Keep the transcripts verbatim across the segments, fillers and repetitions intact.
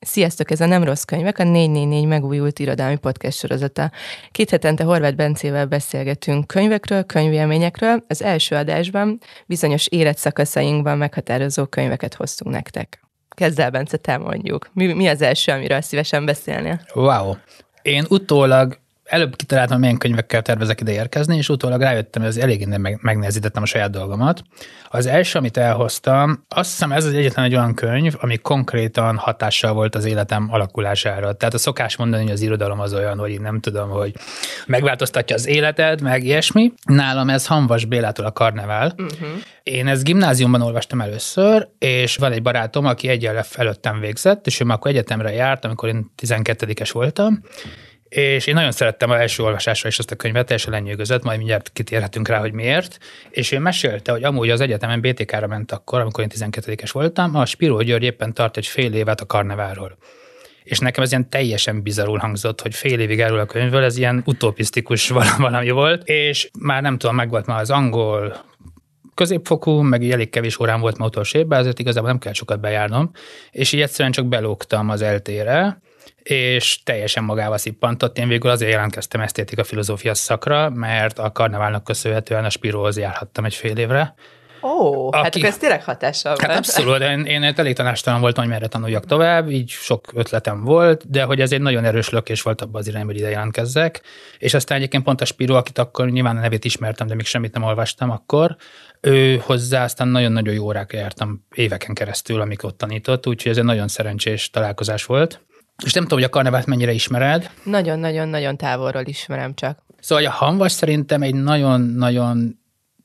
Sziasztok, ez a Nem Rossz Könyvek, a négy négy négy megújult irodalmi podcast sorozata. Két hetente Horváth Bencével beszélgetünk könyvekről, könyvélményekről. Az első adásban bizonyos életszakaszainkban meghatározó könyveket hoztunk nektek. Kezd el, Bence, te mondjuk. Mi, mi az első, amiről szívesen beszélnél? Wow. Én utólag előbb kitaláltam, milyen könyvekkel tervezek ide érkezni, és utólag rájöttem, hogy az elég meg, megnehezítettem a saját dolgomat. Az első, amit elhoztam, azt hiszem ez az egyetlen egy olyan könyv, ami konkrétan hatással volt az életem alakulására. Tehát a szokás mondani, hogy az irodalom az olyan, hogy én nem tudom, hogy megváltoztatja az életed, meg ilyesmi. Nálam ez Hamvas Bélától a Karnevál. Uh-huh. Én ezt gimnáziumban olvastam először, és van egy barátom, aki egyenlő előttem végzett, és ő már akkor egyetemre járt, amikor én tizenkettedikes voltam, és én nagyon szerettem az első olvasásra is azt a könyvet, teljesen lenyűgözött, majd mindjárt kitérhetünk rá, hogy miért. És ő mesélte, hogy amúgy az egyetemen bé té ká-ra ment akkor, amikor én tizenkettedikes voltam, a Spiró György éppen tart egy fél évet a Karneválról. És nekem ez ilyen teljesen bizarrul hangzott, hogy fél évig erről a könyvről, ez ilyen utopisztikus valami volt, és már nem tudom, megvolt már az angol középfokú, meg így elég kevés órán volt már utolsó évben, ezért igazából nem kell sokat bejárnom, és így egyszerűen csak belógtam az eltére, és teljesen magával szippantott. Én végül azért jelentkeztem esztétika filozófia szakra, mert a Karneválnak köszönhetően a Spiróhoz járhattam egy fél évre. Ó, aki, hát akkor ez tényleg hatással Hát abszolút, én, én elég tanástalan voltam, hogy merre tanuljak tovább, így sok ötletem volt, de hogy ez egy nagyon erős lökés volt abban az irányban, hogy ide jelentkezzek. És aztán egyébként pont a Spiró, akit akkor nyilván a nevét ismertem, de még semmit nem olvastam akkor, ő hozzá aztán nagyon-nagyon jó órákra jártam éveken keresztül, amik ott tanított, úgyhogy ez egy nagyon szerencsés találkozás volt. És nem tudom, hogy a Karnevált mennyire ismered. Nagyon-nagyon-nagyon távolról ismerem csak. Szóval a Hamvas szerintem egy nagyon-nagyon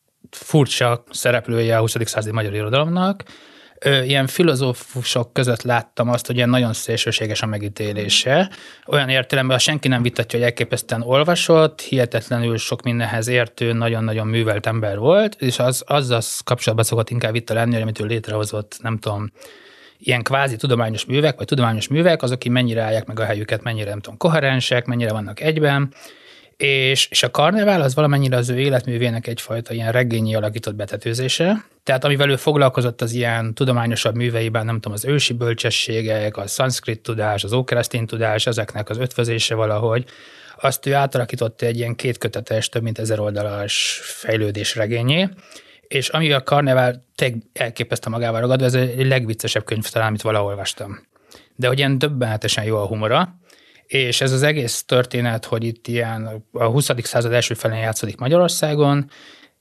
furcsa szereplője a huszadik századi magyar irodalomnak. Ilyen filozófusok között láttam azt, hogy ilyen nagyon szélsőséges a megítélése. Olyan értelemben, ha senki nem vitatja, hogy elképesztően olvasott, hihetetlenül sok mindenhez értő, nagyon-nagyon művelt ember volt, és az, azzal kapcsolatban szokott inkább vita lenni, hogy amit ő létrehozott, nem tudom, ilyen kvázi tudományos művek, vagy tudományos művek, azok, akik mennyire állják meg a helyüket, mennyire, nem tudom, koherensek, mennyire vannak egyben, és, és a Karnevál az valamennyire az ő életművének egyfajta ilyen regényi alakított betetőzése. Tehát amivel ő foglalkozott az ilyen tudományosabb műveiben, nem tudom, az ősi bölcsességek, a szanszkrit tudás, az ókeresztény tudás, ezeknek az ötvözése valahogy, azt ő átalakította egy ilyen kétkötetes, több mint ezer oldalas fejlődés regényé, és ami a Karnevál elképesztő magával ragadva, ez egy legviccesebb könyv talán, amit valahol olvastam. De hogy ilyen döbbenetesen jó a humora, és ez az egész történet, hogy itt ilyen a huszadik század első felén játszódik Magyarországon,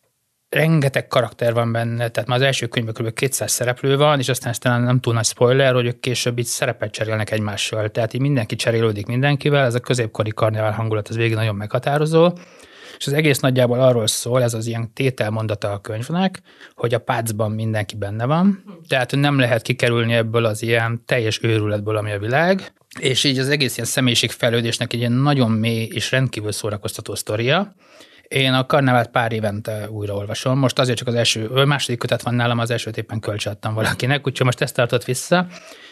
rengeteg karakter van benne, tehát már az első könyvben kb. kétszáz szereplő van, és aztán aztán nem túl nagy spoiler, hogy ők később így szerepet cserélnek egymással. Tehát így mindenki cserélődik mindenkivel, ez a középkori Karnevál hangulat, az végig nagyon meghatározó. És az egész nagyjából arról szól, ez az ilyen tételmondata a könyvnek, hogy a pácban mindenki benne van, tehát nem lehet kikerülni ebből az ilyen teljes őrületből, ami a világ, és így az egész ilyen személyiségfejlődésnek egy ilyen nagyon mély és rendkívül szórakoztató sztoria. Én a Karnevált pár évente újra olvasom, most azért csak az első, a második kötet van nálam, az elsőt éppen kölcsönadtam valakinek, úgyhogy most ezt tartott vissza.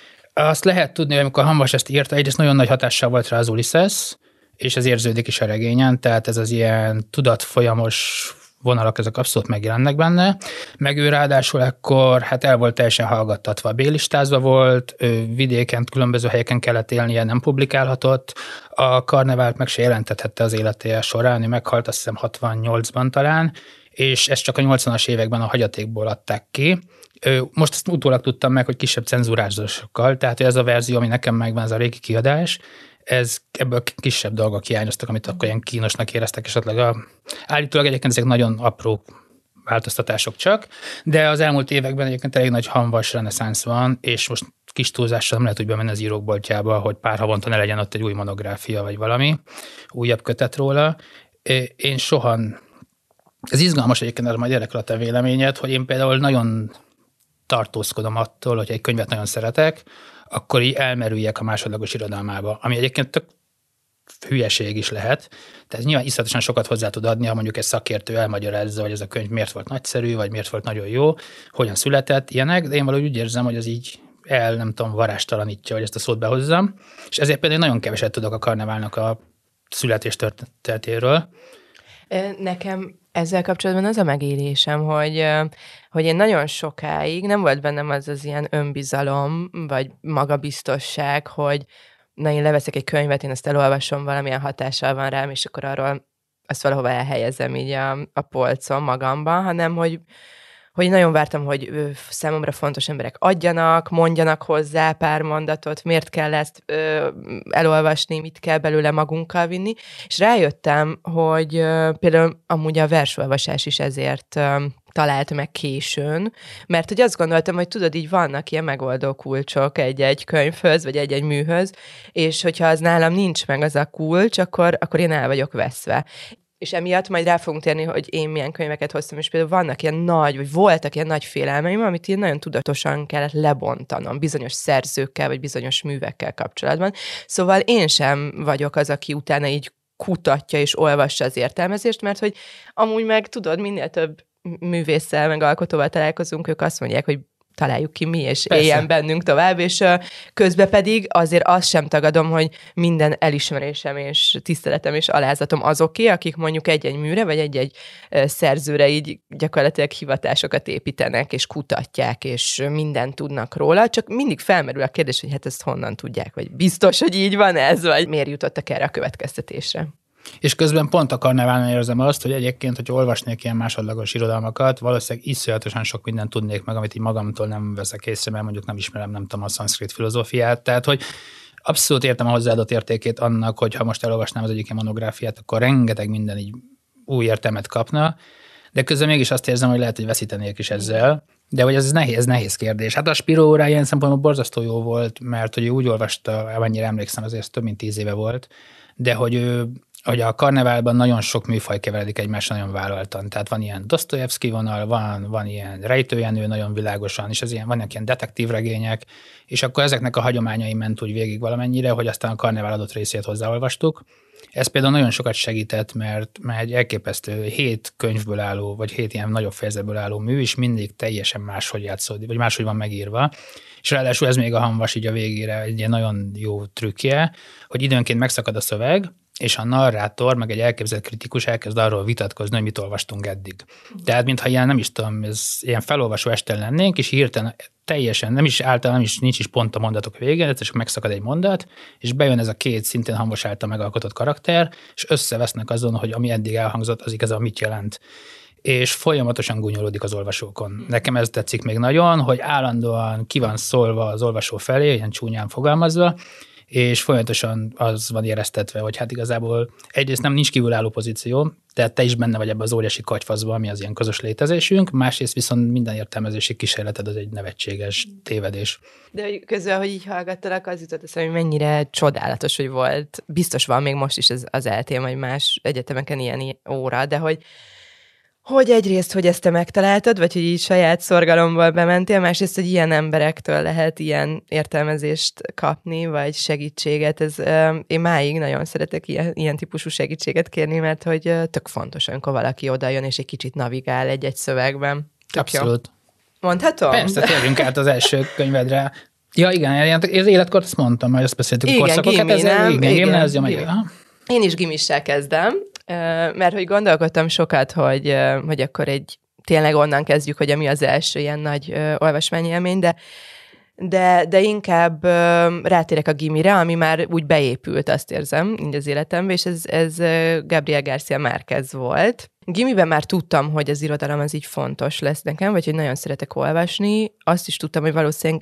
Azt lehet tudni, hogy amikor Hamvas ezt írta, egyrészt nagyon nagy hatással volt rá az Ulisszesz, és ez érződik is a regényen, tehát ez az ilyen tudatfolyamos vonalak, ezek abszolút megjelennek benne. Meg ő ráadásul akkor hát el volt teljesen hallgattatva, bélistázva volt, vidéken, különböző helyeken kellett élnie, nem publikálhatott, a Karnevált meg se jelentethette az élete során, ő meghalt azt hiszem hatvannyolcban talán, és ezt csak a nyolcvanas években a hagyatékból adták ki. Most ezt utólag tudtam meg, hogy kisebb cenzúrázásokkal, tehát ez a verzió, ami nekem megvan, ez a régi kiadás, ez, ebből kisebb dolgok hiányoztak, amit akkor ilyen kínosnak éreztek, esetleg a, állítólag egyébként ezek nagyon apró változtatások csak, de az elmúlt években egyébként elég nagy Hamvas reneszánsz van, és most kis túlzással nem lehet úgy bemenni az írók boltjába, hogy pár havonta ne legyen ott egy új monográfia, vagy valami, újabb kötet róla. Én soha, ez izgalmas egyébként, ez majd érdekel a te véleményed, hogy én például nagyon tartózkodom attól, hogy egy könyvet nagyon szeretek, akkor így elmerüljek a másodlagos irodalmába, ami egyébként tök hülyeség is lehet. Tehát nyilván iszonyatosan sokat hozzá tud adni, ha mondjuk egy szakértő elmagyarázza, hogy ez a könyv miért volt nagyszerű, vagy miért volt nagyon jó, hogyan született, ilyenek, de én valahogy úgy érzem, hogy az így el, nem tudom, varástalanítja, hogy ezt a szót behozzam. És ezért például nagyon keveset tudok a Karneválnak a születés történetéről. Nekem Ezzel kapcsolatban az a megélésem, hogy, hogy én nagyon sokáig nem volt bennem az az ilyen önbizalom, vagy magabiztosság, hogy na én leveszek egy könyvet, én ezt elolvasom, valamilyen hatással van rám, és akkor arról azt valahova elhelyezem így a, a polcon magamban, hanem hogy hogy nagyon vártam, hogy ö, számomra fontos emberek adjanak, mondjanak hozzá pár mondatot, miért kell ezt ö, elolvasni, mit kell belőle magunkkal vinni, és rájöttem, hogy ö, például amúgy a versolvasás is ezért ö, talált meg későn, mert hogy azt gondoltam, hogy tudod, így vannak ilyen megoldó kulcsok egy-egy könyvhöz, vagy egy-egy műhöz, és hogyha az nálam nincs meg az a kulcs, akkor, akkor én el vagyok veszve. És emiatt majd rá fogunk térni, hogy én milyen könyveket hoztam, és például vannak ilyen nagy, vagy voltak ilyen nagy félelmeim, amit én nagyon tudatosan kellett lebontanom bizonyos szerzőkkel, vagy bizonyos művekkel kapcsolatban. Szóval én sem vagyok az, aki utána így kutatja és olvassa az értelmezést, mert hogy amúgy meg tudod, minél több művésszel, meg alkotóval találkozunk, ők azt mondják, hogy találjuk ki mi, és Persze. éljen bennünk tovább, és uh, közben pedig azért azt sem tagadom, hogy minden elismerésem és tiszteletem és alázatom azoké, akik mondjuk egy-egy műre, vagy egy-egy uh, szerzőre így gyakorlatilag hivatásokat építenek, és kutatják, és mindent tudnak róla, csak mindig felmerül a kérdés, hogy hát ezt honnan tudják, vagy biztos, hogy így van ez, vagy miért jutottak erre a következtetésre. És közben pont a karneválnál érzem azt, hogy egyébként, hogy olvasnék ilyen másodlagos irodalmakat, valószínűleg iszonyatosan sok mindent tudnék meg, amit így magamtól nem veszek észre, mert mondjuk nem ismerem, nem tudom, a szanszkrit filozófiát. Tehát, hogy abszolút értem a hozzáadott értékét annak, hogy ha most elolvasnám az egyik monográfiát, akkor rengeteg minden így új értelmet kapna, de közben mégis azt érzem, hogy lehet, hogy veszítenék is ezzel. De hogy ez nehéz, nehéz kérdés. Hát a Spiro órája ilyen szempontból borzasztó jó volt, mert hogy ő úgy olvasta, amennyire emlékszem, azért több mint tíz éve volt, de hogy ő hogy a karneválban nagyon sok műfaj keveredik egymásra nagyon vállaltan. Tehát van ilyen Dostoyevsky vonal, van, van ilyen rejtőjenő nagyon világosan, és ez ilyen, vannak ilyen detektív regények, és akkor ezeknek a hagyományai ment úgy végig valamennyire, hogy aztán a karnevál adott részét hozzáolvastuk. Ez például nagyon sokat segített, mert, mert egy elképesztő hét könyvből álló, vagy hét ilyen nagyobb fejezetből álló mű, és mindig teljesen máshogy játszódik, vagy máshogy van megírva. És ráadásul ez még a Hamvas így a végére egy ilyen nagyon jó trükkje, hogy időnként megszakad a szöveg, és a narrátor, meg egy elképzelt kritikus elkezd arról vitatkozni, hogy mit olvastunk eddig. Tehát, mintha ilyen, nem is tudom, ez ilyen felolvasó este lennénk, és hirtelen teljesen, nem is általán, nem is, nincs is pont a mondatok végén, és megszakad egy mondat, és bejön ez a két szintén Hamvas által megalkotott karakter, és összevesznek azon, hogy ami eddig elhangzott, az igazából mit jelent. És folyamatosan gúnyolódik az olvasókon. Nekem ez tetszik még nagyon, hogy állandóan ki van szólva az olvasó felé, ilyen csúnyán fogalmazva, és folyamatosan az van éreztetve, hogy hát igazából egyrészt nem nincs kívülálló pozíció, tehát te is benne vagy ebbe az óriási katyfaszba, ami az ilyen közös létezésünk, másrészt viszont minden értelmezési kísérleted az egy nevetséges tévedés. De hogy közben, hogy így hallgattalak, az jutott eszembe, hogy mennyire csodálatos, hogy volt. Biztos van még most is ez az eltém, vagy más egyetemeken ilyen óra, de hogy Hogy egyrészt, hogy ezt te megtaláltad, vagy hogy így saját szorgalomból bementél, másrészt, hogy ilyen emberektől lehet ilyen értelmezést kapni, vagy segítséget. Ez, én máig nagyon szeretek ilyen, ilyen típusú segítséget kérni, mert hogy tök fontos, amikor valaki oda jön, és egy kicsit navigál egy-egy szövegben. Tök Abszolút. Jó. Mondhatom? Persze, térjünk át az első könyvedre. Ja, igen, az életkort azt mondtam, hogy azt beszéltük igen, korszakokat. Gimi, ezzel, nem? Igen, igen, ez igen. Én is gimissel kezdem. Mert hogy gondolkodtam sokat, hogy, hogy akkor egy tényleg onnan kezdjük, hogy ami az első ilyen nagy olvasmányélmény, de, de, de inkább rátérek a gimire, ami már úgy beépült, azt érzem, így az életembe, és ez, ez Gabriel García Márquez volt. Gimiben már tudtam, hogy az irodalom az így fontos lesz nekem, vagy hogy nagyon szeretek olvasni. Azt is tudtam, hogy valószínűleg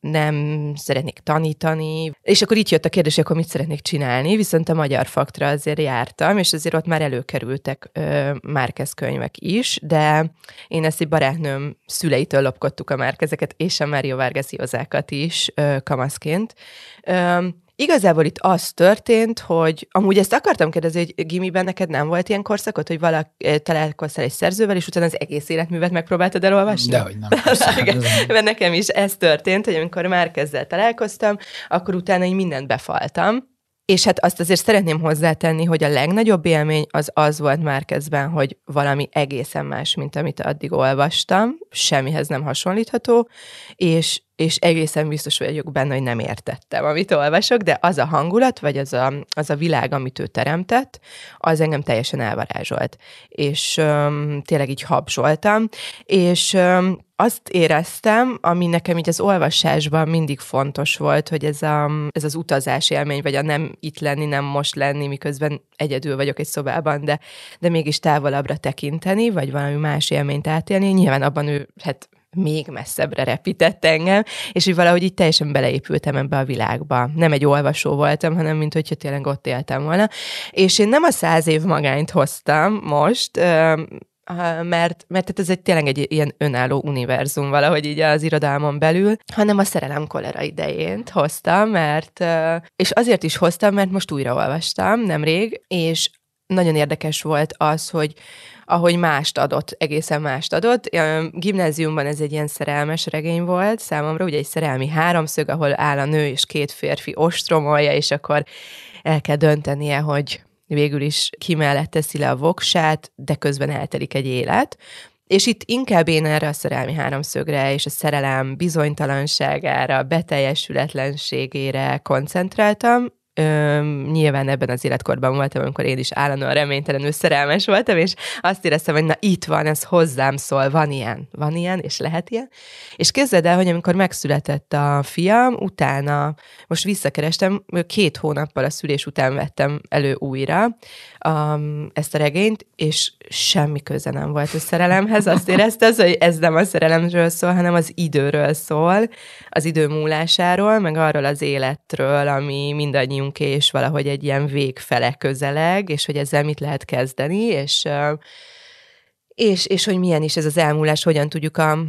nem szeretnék tanítani, és akkor itt jött a kérdés, hogy akkor mit szeretnék csinálni, viszont a Magyar Faktra azért jártam, és azért ott már előkerültek ö, Márquez könyvek is, de én ezt egy barátnőm szüleitől lopkodtuk a Márquezeket, és a Mário Vargas Llosákat is ö, kamaszként. Ö, Igazából itt az történt, hogy amúgy ezt akartam kérdezni, hogy gimiben neked nem volt ilyen korszakot, hogy valaki találkoztál egy szerzővel, és utána az egész életművet megpróbáltad elolvasni? Dehogy nem. Mert nekem is ez történt, hogy amikor már kezdzel találkoztam, akkor utána így mindent befaltam, És hát azt azért szeretném hozzátenni, hogy a legnagyobb élmény az az volt Márquezben, hogy valami egészen más, mint amit addig olvastam, semmihez nem hasonlítható, és, és egészen biztos vagyok benne, hogy nem értettem, amit olvasok, de az a hangulat, vagy az a, az a világ, amit ő teremtett, az engem teljesen elvarázsolt. És um, tényleg így habzsoltam, és um, azt éreztem, ami nekem így az olvasásban mindig fontos volt, hogy ez, a, ez az utazás élmény, vagy a nem itt lenni, nem most lenni, miközben egyedül vagyok egy szobában, de, de mégis távolabbra tekinteni, vagy valami más élményt átélni. Nyilván abban ő hát még messzebbre repített engem, és hogy valahogy így teljesen beleépültem ebbe a világba. Nem egy olvasó voltam, hanem mint hogyha tényleg ott éltem volna. És én nem a száz év magányt hoztam most, mert, mert ez egy tényleg egy ilyen önálló univerzum valahogy így az irodalmon belül, hanem a Szerelem kolera idejént hoztam, mert, és azért is hoztam, mert most újra olvastam nemrég, és nagyon érdekes volt az, hogy ahogy mást adott, egészen mást adott. A gimnáziumban ez egy ilyen szerelmes regény volt számomra, ugye egy szerelmi háromszög, ahol áll a nő és két férfi ostromolja, és akkor el kell döntenie, hogy végül is ki mellett teszi le a voksát, de közben eltelik egy élet. És itt inkább én erre a szerelmi háromszögre és a szerelem bizonytalanságára, beteljesületlenségére koncentráltam. Üm, nyilván ebben az életkorban voltam, amikor én is állandóan reménytelenül szerelmes voltam, és azt éreztem, hogy na itt van, ez hozzám szól, van ilyen, van ilyen, és lehet ilyen. És képzeld el, hogy amikor megszületett a fiam, utána, most visszakerestem, két hónappal a szülés után vettem elő újra um, ezt a regényt, és semmi köze nem volt a szerelemhez. Azt érezte az, hogy ez nem a szerelemről szól, hanem az időről szól, az idő múlásáról, meg arról az életről, ami mindannyiunk és valahogy egy ilyen végfele közeleg, és hogy ezzel mit lehet kezdeni, és, és, és hogy milyen is ez az elmúlás, hogyan tudjuk a,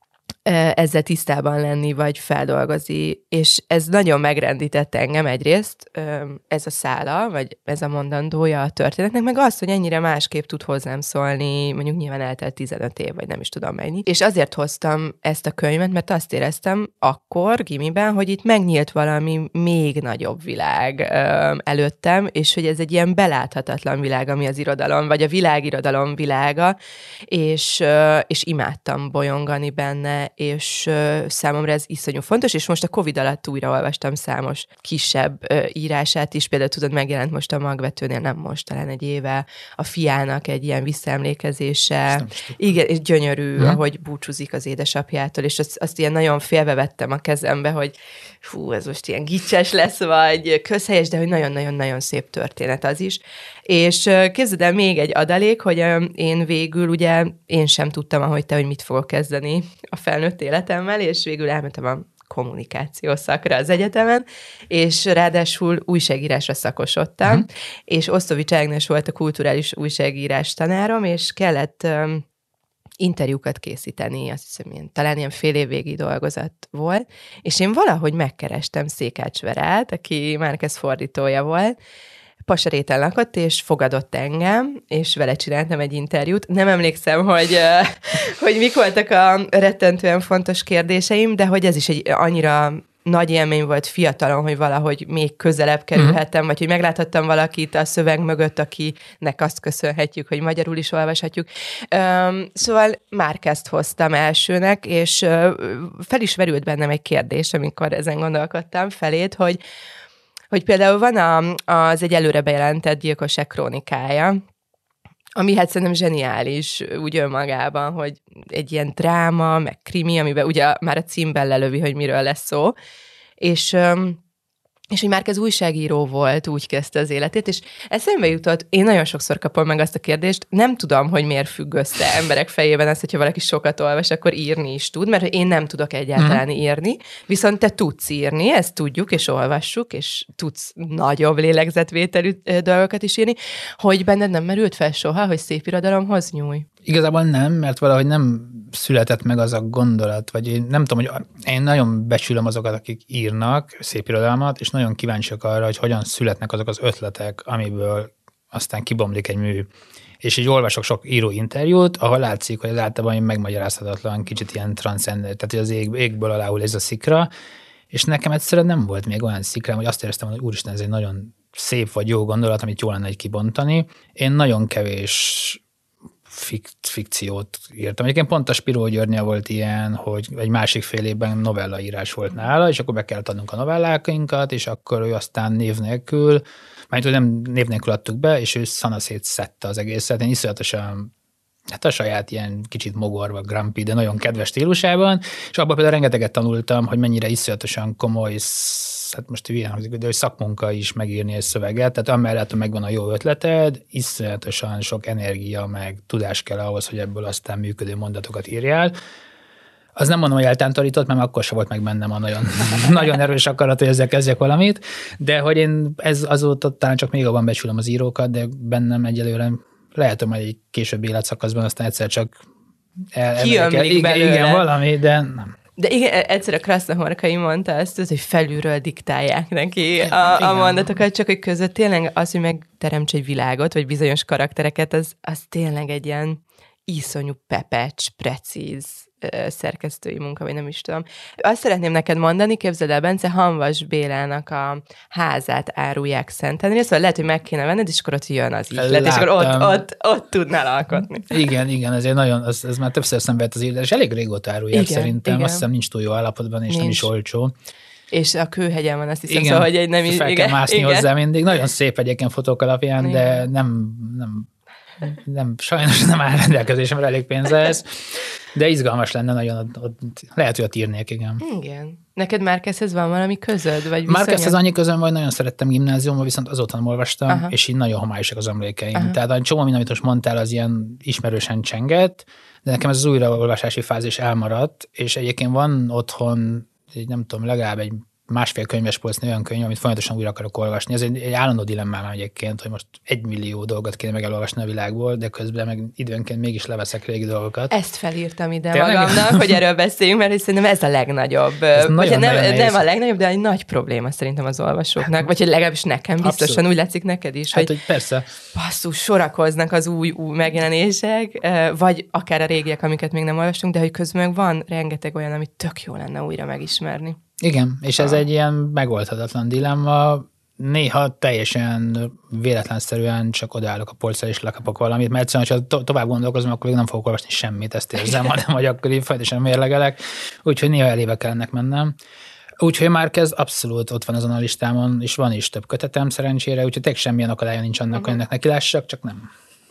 ezzel tisztában lenni, vagy feldolgozni, és ez nagyon megrendített engem egyrészt, ez a szála, vagy ez a mondandója a történetnek, meg az, hogy ennyire másképp tud hozzám szólni, mondjuk nyilván eltelt tizenöt év, vagy nem is tudom mennyi. És azért hoztam ezt a könyvet, mert azt éreztem akkor, gimiben, hogy itt megnyílt valami még nagyobb világ előttem, és hogy ez egy ilyen beláthatatlan világ, ami az irodalom, vagy a világirodalom világa, és, és imádtam bolyongani benne, és uh, számomra ez iszonyú fontos, és most a Covid alatt újra olvastam számos kisebb uh, írását is, például tudod, megjelent most a Magvetőnél, nem most, talán egy éve, a fiának egy ilyen visszaemlékezése. Igen, és gyönyörű, hmm. ahogy búcsúzik az édesapjától, és azt, azt ilyen nagyon félbevettem a kezembe, hogy fú, ez most ilyen gicses lesz, vagy közhelyes, de hogy nagyon-nagyon-nagyon szép történet az is. És uh, képzeld el még egy adalék, hogy uh, én végül ugye én sem tudtam, ahogy te, hogy mit fogok kezdeni a felnőtt életemmel, és végül elmentem a kommunikáció szakra az egyetemen, és ráadásul újságírásra szakosodtam, uh-huh. és Osztovics Ágnes volt a kulturális újságírás tanárom, és kellett um, interjúkat készíteni, azt hiszem, ilyen, talán ilyen fél év végi dolgozat volt, és én valahogy megkerestem Székács Verát, aki Márquez fordítója volt, Pasaréten lakott, és fogadott engem, és vele csináltam egy interjút. Nem emlékszem, hogy, hogy mik voltak a rettentően fontos kérdéseim, de hogy ez is egy annyira nagy élmény volt fiatalon, hogy valahogy még közelebb kerülhettem, mm. vagy hogy megláthattam valakit a szöveg mögött, akinek azt köszönhetjük, hogy magyarul is olvashatjuk. Um, szóval Márquezt hoztam elsőnek, és uh, fel is verült bennem egy kérdés, amikor ezen gondolkodtam felét, hogy hogy például van a, az egy előre bejelentett gyilkosság krónikája, ami hát szerintem zseniális úgy önmagában, hogy egy ilyen dráma, meg krimi, amiben ugye már a címben lelövi, hogy miről lesz szó, és... és hogy Márquez újságíró volt, úgy kezdte az életét, és eszembe jutott, én nagyon sokszor kapom meg azt a kérdést, nem tudom, hogy miért függ össze emberek fejében az, hogyha valaki sokat olvas, akkor írni is tud, mert én nem tudok egyáltalán mm. írni, viszont te tudsz írni, ezt tudjuk, és olvassuk, és tudsz nagyobb lélegzetvételű dolgokat is írni, hogy benned nem merült fel soha, hogy szépirodalomhoz nyúlj? Igazából nem, mert valahogy nem született meg az a gondolat, vagy én nem tudom, hogy én nagyon becsülöm azokat, akik írnak szépirodalmat, és nagyon kíváncsiak arra, hogy hogyan születnek azok az ötletek, amiből aztán kibomlik egy mű. És így olvasok sok író interjút, ahol látszik, hogy az általában megmagyarázhatatlan, kicsit ilyen transzcendent, tehát hogy az ég, égből aláhul ez a szikra, és nekem egyszerűen nem volt még olyan szikrám, hogy azt éreztem, hogy úristen, ez egy nagyon szép vagy jó gondolat, amit jó lenne egy kibontani. Én nagyon kevés fik- fikciót írtam. Egyébként pont a Spiró Györgynél volt ilyen, hogy egy másik fél évben novellaírás volt nála, és akkor be kellett adnunk a novellákinkat, és akkor ő aztán név nélkül, mert hogy nem név nélkül adtuk be, és ő szanaszét szedte az egészet. Én iszonyatosan, hát a saját ilyen kicsit mogorva, grumpy, de nagyon kedves stílusában, és abban például rengeteget tanultam, hogy mennyire iszonyatosan komoly, hát most ilyen hangzik, de hogy szakmunka is megírni egy szöveget, tehát amellett, hogy megvan a jó ötleted, iszonyatosan sok energia, meg tudás kell ahhoz, hogy ebből aztán működő mondatokat írjál. Az nem mondom, hogy eltántorított, mert akkor sem volt meg bennem a nagyon, nagyon erős akarat, hogy ezzel kezdjek valamit, de hogy én ez azóta talán csak még jobban becsülöm az írókat, de bennem egyelőre lehet, hogy majd egy későbbi életszakaszban aztán egyszer csak el, igen, igen, valami, de nem. De igen, egyszer a Krasznahorkai mondta azt, hogy felülről diktálják neki a, a mondatokat, csak hogy között tényleg az, hogy megteremts egy világot, vagy bizonyos karaktereket, az, az tényleg egy ilyen iszonyú pepecs, precíz szerkesztői munka, vagy nem is tudom. Azt szeretném neked mondani, képzeld el, Bence, Hamvas Bélának a házát árulják Szentendrén, szóval lehet, hogy meg kéne venned, és akkor ott jön az ihlet, és akkor ott, ott, ott tudnál alkotni. Igen, igen, ezért nagyon, az, ez már többször szenvedt az ihlet, és elég régóta árulják igen, szerintem, igen. Azt hiszem nincs túl jó állapotban, és nincs. Nem is olcsó. És a kőhegyen van, azt hiszem, igen, szóval, hogy egy nem is... fel igen, kell mászni igen. hozzá mindig. Nagyon szép egyébként fotók alapján, igen. De nem, nem, nem, sajnos nem áll rendelkezésemre elég pénze ez. De izgalmas lenne nagyon, ott, ott, lehet, hogy ott írnék, igen. Igen. Neked Márquezhez van valami közöd? Vagy Márquezhez annyi közöm, hogy nagyon szerettem gimnáziumban, viszont azóta nem olvastam, aha. És így nagyon homályosak az emlékeim. Aha. Tehát a csomó minden, amit most mondtál, az ilyen ismerősen csengett, de nekem ez az újraolvasási fázis elmaradt, és egyébként van otthon, nem tudom, legalább egy másfél könyves polcni olyan könyv, amit folyamatosan újra akarok olvasni. Ez egy, egy állandó dilemmám egyébként, hogy most egy millió dolgot kéne meg elolvasni a világból, de közben meg időnként mégis leveszek régi dolgokat. Ezt felírtam ide Tényleg? magamnak, hogy erről beszéljünk, mert szerintem ez a legnagyobb. Ez vagy nagyon, nem, nagyon nem a legnagyobb, de egy nagy probléma szerintem az olvasóknak, vagy hogy legalábbis nekem biztosan Abszolút. Úgy látszik neked is, hát, hogy, hogy persze. basszus, sorakoznak az új, új megjelenések, vagy akár a régiek, amiket még nem olvastunk, de hogy közben meg van rengeteg olyan, amit tök jó lenne újra megismerni. Igen, és ez ah. egy ilyen megoldhatatlan dilemma. Néha teljesen véletlenszerűen csak odaállok a polcra és lekapok valamit, mert egyszerűen, ha to- tovább gondolkozom, akkor még nem fogok olvasni semmit, ezt érzem, hanem hogy akkor így folyamatosan mérlegelek, úgyhogy néha elébe kell ennek mennem. Úgyhogy Márquez abszolút ott van azon a listámon, és van is több kötetem szerencsére, úgyhogy tényleg semmilyen akadálya nincs annak, uh-huh. hogy ennek nekilássak, csak nem.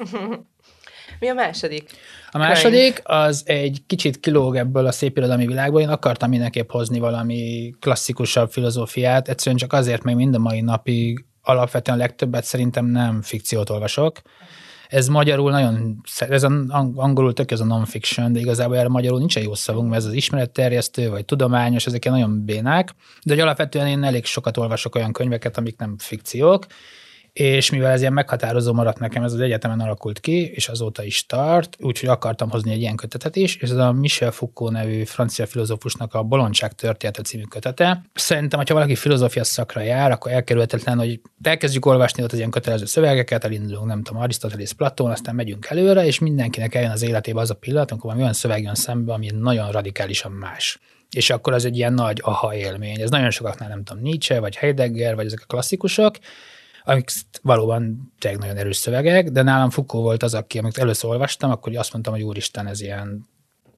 Mi a második? A második az egy kicsit kilóg ebből a szépirodalmi világból. Én akartam mindenképp hozni valami klasszikusabb filozófiát, egyszerűen csak azért, mert mind a mai napig alapvetően legtöbbet szerintem nem fikciót olvasok. Ez magyarul nagyon, ez angolul tök ez a non-fiction, de igazából erre magyarul nincsen jó szavunk, mert ez az ismeretterjesztő, vagy tudományos, ezek nagyon bénák, de hogy alapvetően én elég sokat olvasok olyan könyveket, amik nem fikciók, és mivel ez ilyen meghatározó maradt nekem, ez az egyetemen alakult ki, és azóta is tart, úgyhogy akartam hozni egy ilyen kötetet is, és ez a Michel Foucault nevű francia filozófusnak a Bolondság története című kötete. Szerintem, hogyha valaki filozófia szakra jár, akkor elkerülhetetlen, hogy elkezdjük olvasni ott az ilyen kötelező szövegeket, elindulunk, nem tudom, Arisztotelész, Platón, aztán megyünk előre, és mindenkinek eljön az életébe az a pillanat, amikor valami olyan szöveg jön szembe, ami nagyon radikálisan más. És akkor az egy ilyen nagy aha élmény. Ez nagyon sokaknál, nem tudom, Nietzsche, vagy Heidegger, vagy ezek a klasszikusok, amik valóban tényleg nagyon erős szövegek, de nálam Foucault volt az, aki, amit először olvastam, akkor azt mondtam, hogy úristen, ez ilyen,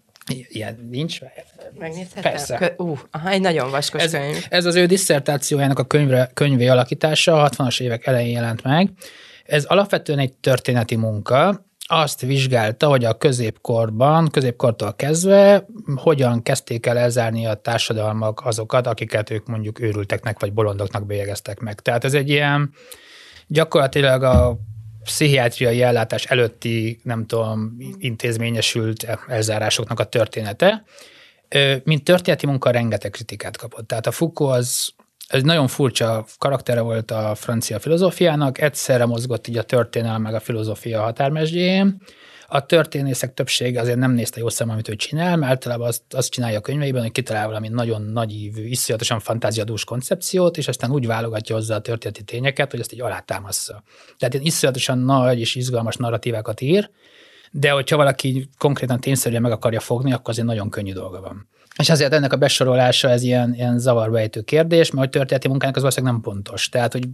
ilyen nincs. Megnézhetem? Persze. Kö- uh, aha, egy nagyon vaskos ez, könyv. Ez az ő disszertációjának a könyvre, könyvé alakítása, a hatvanas évek elején jelent meg. Ez alapvetően egy történeti munka, azt vizsgálta, hogy a középkorban, középkortól kezdve hogyan kezdték el elzárni a társadalmak azokat, akiket ők mondjuk őrülteknek vagy bolondoknak bélyegeztek meg. Tehát ez egy ilyen gyakorlatilag a pszichiátriai ellátás előtti, nem tudom, intézményesült elzárásoknak a története. Mint történeti munka rengeteg kritikát kapott. Tehát a Foucault az Ez nagyon furcsa karaktere volt a francia filozófiának, egyszerre mozgott így a történelem meg a filozófia határmesdjén. A történészek többsége azért nem nézte jó szem, amit ő csinál, mert általában azt, azt csinálja a könyveiben, hogy kitalál valami nagyon nagyívű, iszonyatosan fantáziadús koncepciót, és aztán úgy válogatja hozzá a történeti tényeket, hogy ezt így alátámassza. Tehát ilyen iszonyatosan nagy és izgalmas narratívákat ír, de hogyha valaki konkrétan tényszerűen meg akarja fogni, akkor azért nagyon könnyű dolga van. És azért ennek a besorolása ez ilyen, ilyen zavarbejtő kérdés, mert a történeti munkának az valószínűleg nem pontos. Tehát, hogy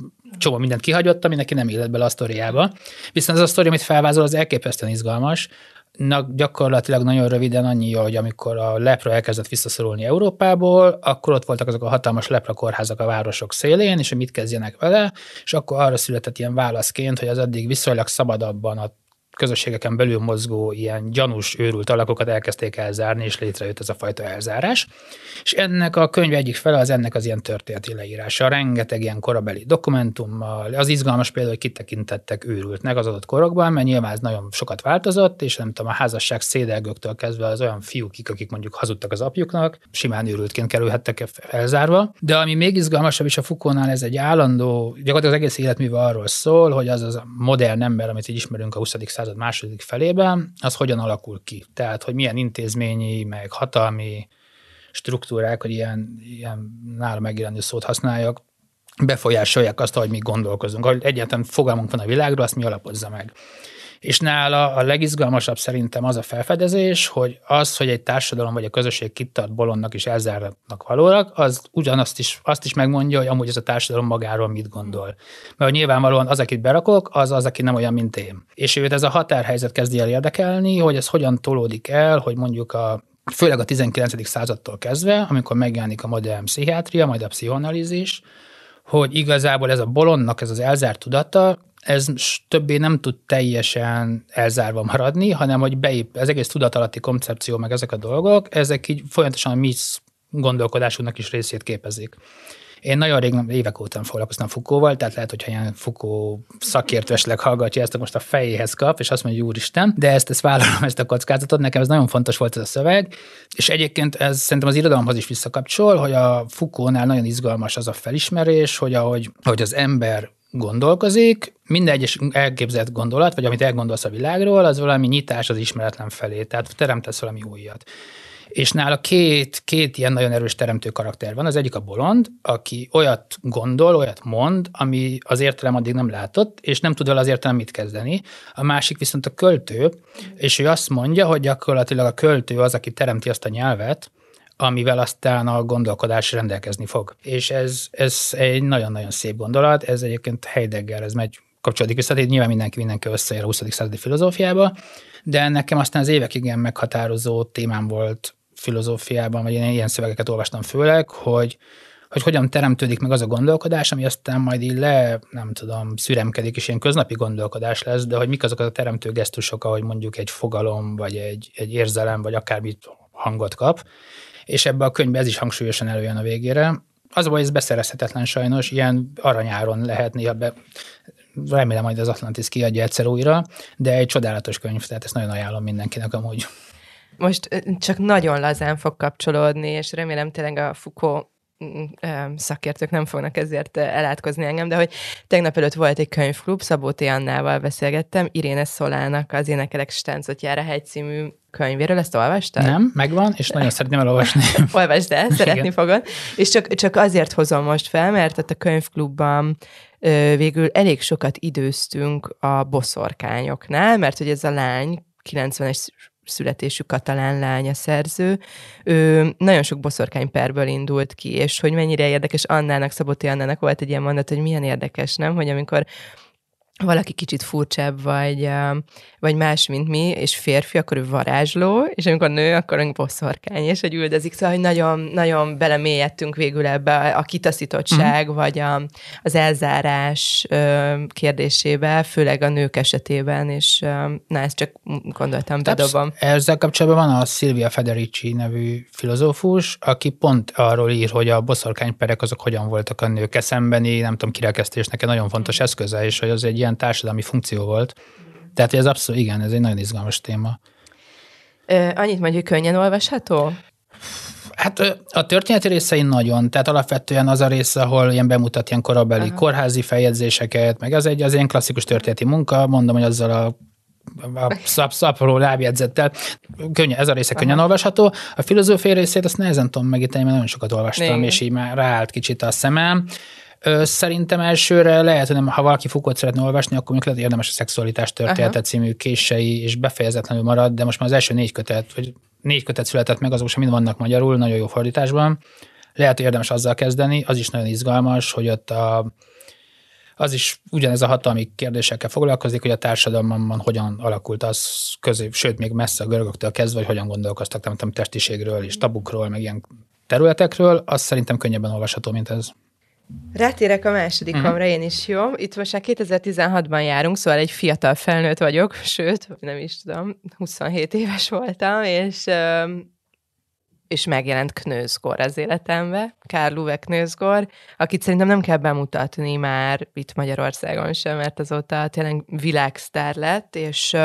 csomó mindent kihagyott, ami neki nem illett bele a sztoriába. Viszont az a sztori, amit felvázol, az elképesztően izgalmas. Na, gyakorlatilag nagyon röviden annyi, hogy amikor a lepra elkezdett visszaszorulni Európából, akkor ott voltak azok a hatalmas leprakorházak a városok szélén, és hogy mit kezdjenek vele, és akkor arra született ilyen válaszként, hogy az addig viszonylag szabadabban a közösségeken belül mozgó ilyen gyanús, őrült alakokat elkezdték elzárni, és létrejött ez a fajta elzárás. És ennek a könyv egyik fele az ennek az ilyen történeti leírása. Rengeteg ilyen korabeli dokumentummal, az izgalmas például, hogy kitekintettek őrültnek az adott korokban, mert nyilván ez nagyon sokat változott, és nem tudom, a házasság szédelgőktől kezdve az olyan fiúkig, akik mondjuk hazudtak az apjuknak, simán őrültként kerülhettek elzárva. De ami még izgalmasabb is a Foucaultnál, ez egy állandó, gyakorlatilag az egész életműve arról szól, hogy az az a modern ember, amit így ismerünk a huszadik század második felében, az hogyan alakul ki. Tehát, hogy milyen intézményi, meg hatalmi struktúrák, hogy ilyen, ilyen nála megjelenő szót használjak, befolyásolják azt, ahogy mi gondolkozunk. Hogy egyáltalán fogalmunk van a világról, azt mi alapozza meg. És nála a legizgalmasabb szerintem az a felfedezés, hogy az, hogy egy társadalom vagy a közösség kitart bolondnak és elzártnak valólag, az ugyanazt is, azt is megmondja, hogy amúgy ez a társadalom magáról mit gondol. Mert nyilvánvalóan az, akit berakok, az az, aki nem olyan, mint én. És őt ez a határhelyzet kezdi el érdekelni, hogy ez hogyan tolódik el, hogy mondjuk a főleg a tizenkilencedik századtól kezdve, amikor megjelenik a modern pszichiátria, majd a pszichoanalízis, hogy igazából ez a bolondnak, ez az elzárt tudata, ez többé nem tud teljesen elzárva maradni, hanem hogy beép, az egész tudatalatti koncepció, meg ezek a dolgok, ezek így folyamatosan a mi gondolkodásunknak is részét képezik. Én nagyon rég, évek óta foglalkoztam Foucaultval, tehát lehet, hogyha ilyen Foucault szakértő esetleg hallgatja ezt, most a fejéhez kap, és azt mondja, úristen, de ezt, ezt vállalom, ezt a kockázatot, nekem ez nagyon fontos volt ez a szöveg, és egyébként ez szerintem az irodalomhoz is visszakapcsol, hogy a Foucaultnál nagyon izgalmas az a felismerés, hogy ahogy, ahogy az ember gondolkozik, minden egyes elképzelt gondolat, vagy amit elgondolsz a világról, az valami nyitás az ismeretlen felé, tehát teremtesz valami újat. És nála két, két ilyen nagyon erős teremtő karakter van. Az egyik a bolond, aki olyat gondol, olyat mond, ami az értelem addig nem látott, és nem tud vele az értelem mit kezdeni. A másik viszont a költő, és ő azt mondja, hogy gyakorlatilag a költő az, aki teremti azt a nyelvet, amivel aztán a gondolkodás rendelkezni fog. És ez, ez egy nagyon-nagyon szép gondolat, ez egyébként Heidegger, ez megy, kapcsolódik vissza, tehát nyilván mindenki mindenki összeér a huszadik századi filozófiába, de nekem aztán az évekig ilyen meghatározó témám volt filozófiában, vagy én ilyen szövegeket olvastam főleg, hogy, hogy hogyan teremtődik meg az a gondolkodás, ami aztán majd így le, nem tudom, szüremkedik, és ilyen köznapi gondolkodás lesz, de hogy mik azok a teremtő gesztusok, ahogy mondjuk egy fogalom, vagy egy, egy érzelem, vagy akármit hangot kap, és ebbe a könyvbe ez is hangsúlyosan előjön a végére. Az, hogy ez beszerezhetetlen sajnos, ilyen aranyáron lehet néha be, remélem majd az Atlantis kiadja egyszer újra, de egy csodálatos könyv, tehát ezt nagyon ajánlom mindenkinek amúgy. Most csak nagyon lazán fog kapcsolódni, és remélem tényleg a Foucault szakértők nem fognak ezért elátkozni engem, de hogy tegnap előtt volt egy könyvklub, Szabó T. Annával beszélgettem, Iréne Szolának az Énekelek Stáncot jár a hegy című könyvéről, ezt olvastad? Nem, megvan, és nagyon szeretném elolvasni. Olvasd el, szeretni fogod. És csak, csak azért hozom most fel, mert ott a könyvklubban ö, végül elég sokat időztünk a boszorkányoknál, mert hogy ez a lány, kilencvenes születésű katalán lánya szerző, ő nagyon sok boszorkányperből indult ki, és hogy mennyire érdekes Annának, Szabó T. Annának volt egy ilyen mondat, hogy milyen érdekes, nem? Hogy amikor valaki kicsit furcsább, vagy, vagy más, mint mi, és férfi, akkor ő varázsló, és amikor nő, akkor ő boszorkány, és hogy üldözik. Szóval, hogy nagyon, nagyon belemélyedtünk végül ebbe a kitaszítottság, mm. vagy a, az elzárás kérdésébe, főleg a nők esetében, és na, ezt csak gondoltam, bedobom. Ezzel kapcsolatban van a Silvia Federici nevű filozófus, aki pont arról ír, hogy a boszorkányperek azok hogyan voltak a nők szembeni, nem tudom, kirekesztésnek egy nagyon fontos eszköze, és hogy az egy ilyen társadalmi funkció volt. Tehát ez abszolút, igen, ez egy nagyon izgalmas téma. Ö, annyit mondjuk, hogy könnyen olvasható? Hát a történeti részei nagyon, tehát alapvetően az a része, ahol ilyen bemutat ilyen korabeli Aha. kórházi feljegyzéseket, meg az egy az ilyen klasszikus történeti munka, mondom, hogy azzal a a szap, szapró lábjegyzettel. Könnyen, ez a része könnyen Aha. olvasható. A filozófiai részét azt nehezen tudom megíteni, mert nagyon sokat olvastam, Négy. és így már ráállt kicsit a szemem. Szerintem elsőre lehet, hogy nem, ha valaki Foucault szeretne olvasni, akkor még lehet érdemes a Szexualitás története című kései, és befejezetlenül marad, de most már az első négy kötet, vagy négy kötet született meg, azok sem mind vannak magyarul, nagyon jó fordításban. Lehet, hogy érdemes azzal kezdeni, az is nagyon izgalmas, hogy ott a az is ugyanez a hatalmi kérdésekkel foglalkozik, hogy a társadalomban hogyan alakult az közé, sőt, még messze a görögöktől kezdve, hogy hogyan gondolkoztak, nem tudom, testiségről és tabukról, meg ilyen területekről, az szerintem könnyebben olvasható, mint ez. Rátérek a másodikomra uh-huh. én is, jó? Itt most már kétezer-tizenhatban járunk, szóval egy fiatal felnőtt vagyok, sőt, nem is tudom, huszonhét éves voltam, és, és megjelent Knausgård az életembe, Karl Ove Knausgård, akit szerintem nem kell bemutatni már itt Magyarországon sem, mert azóta tényleg világsztár lett, és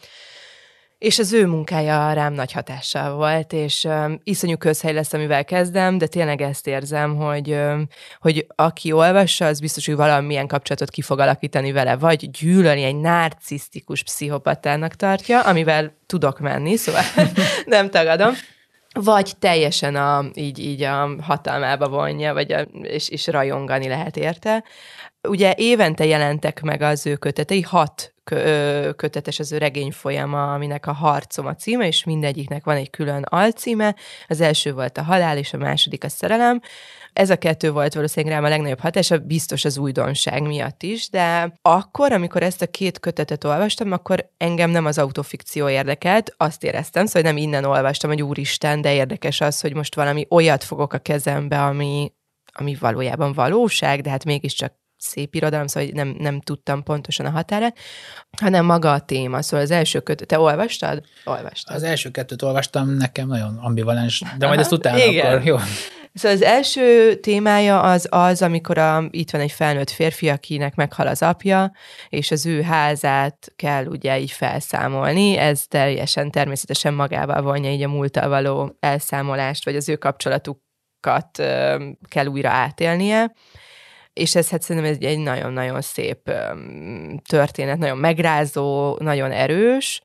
és az ő munkája rám nagy hatással volt, és um, iszonyú közhely lesz, amivel kezdem, de tényleg ezt érzem, hogy, um, hogy aki olvassa, az biztos, hogy valamilyen kapcsolatot ki fog alakítani vele, vagy gyűlölni, egy narcisztikus pszichopatának tartja, amivel tudok menni, szóval nem tagadom, vagy teljesen a, így, így a hatalmába vonja, vagy a, és, és rajongani lehet érte. Ugye évente jelentek meg az ő kötetei, hat kötetes az ő regényfolyama, aminek a Harcom a címe, és mindegyiknek van egy külön alcíme. Az első volt a halál, és a második a szerelem. Ez a kettő volt valószínűleg rám a legnagyobb hatása, biztos az újdonság miatt is, de akkor, amikor ezt a két kötetet olvastam, akkor engem nem az autofikció érdekelt, azt éreztem, szóval nem innen olvastam, hogy úristen, de érdekes az, hogy most valami olyat fogok a kezembe, ami, ami valójában valóság, de hát mégiscsak szép irodalom, szóval nem, nem tudtam pontosan a határát, hanem maga a téma. Szóval az első kötet, te olvastad? Olvastad. Az első kettőt olvastam, nekem nagyon ambivalens, de majd ezt utána igen. Akkor jó. Szóval az első témája az az, amikor a, itt van egy felnőtt férfi, akinek meghal az apja, és az ő házát kell ugye így felszámolni. Ez teljesen természetesen magával vonja így a múlttal való elszámolást, vagy az ő kapcsolatukat ö, kell újra átélnie. És ez hát szerintem ez egy nagyon-nagyon szép történet, nagyon megrázó, nagyon erős.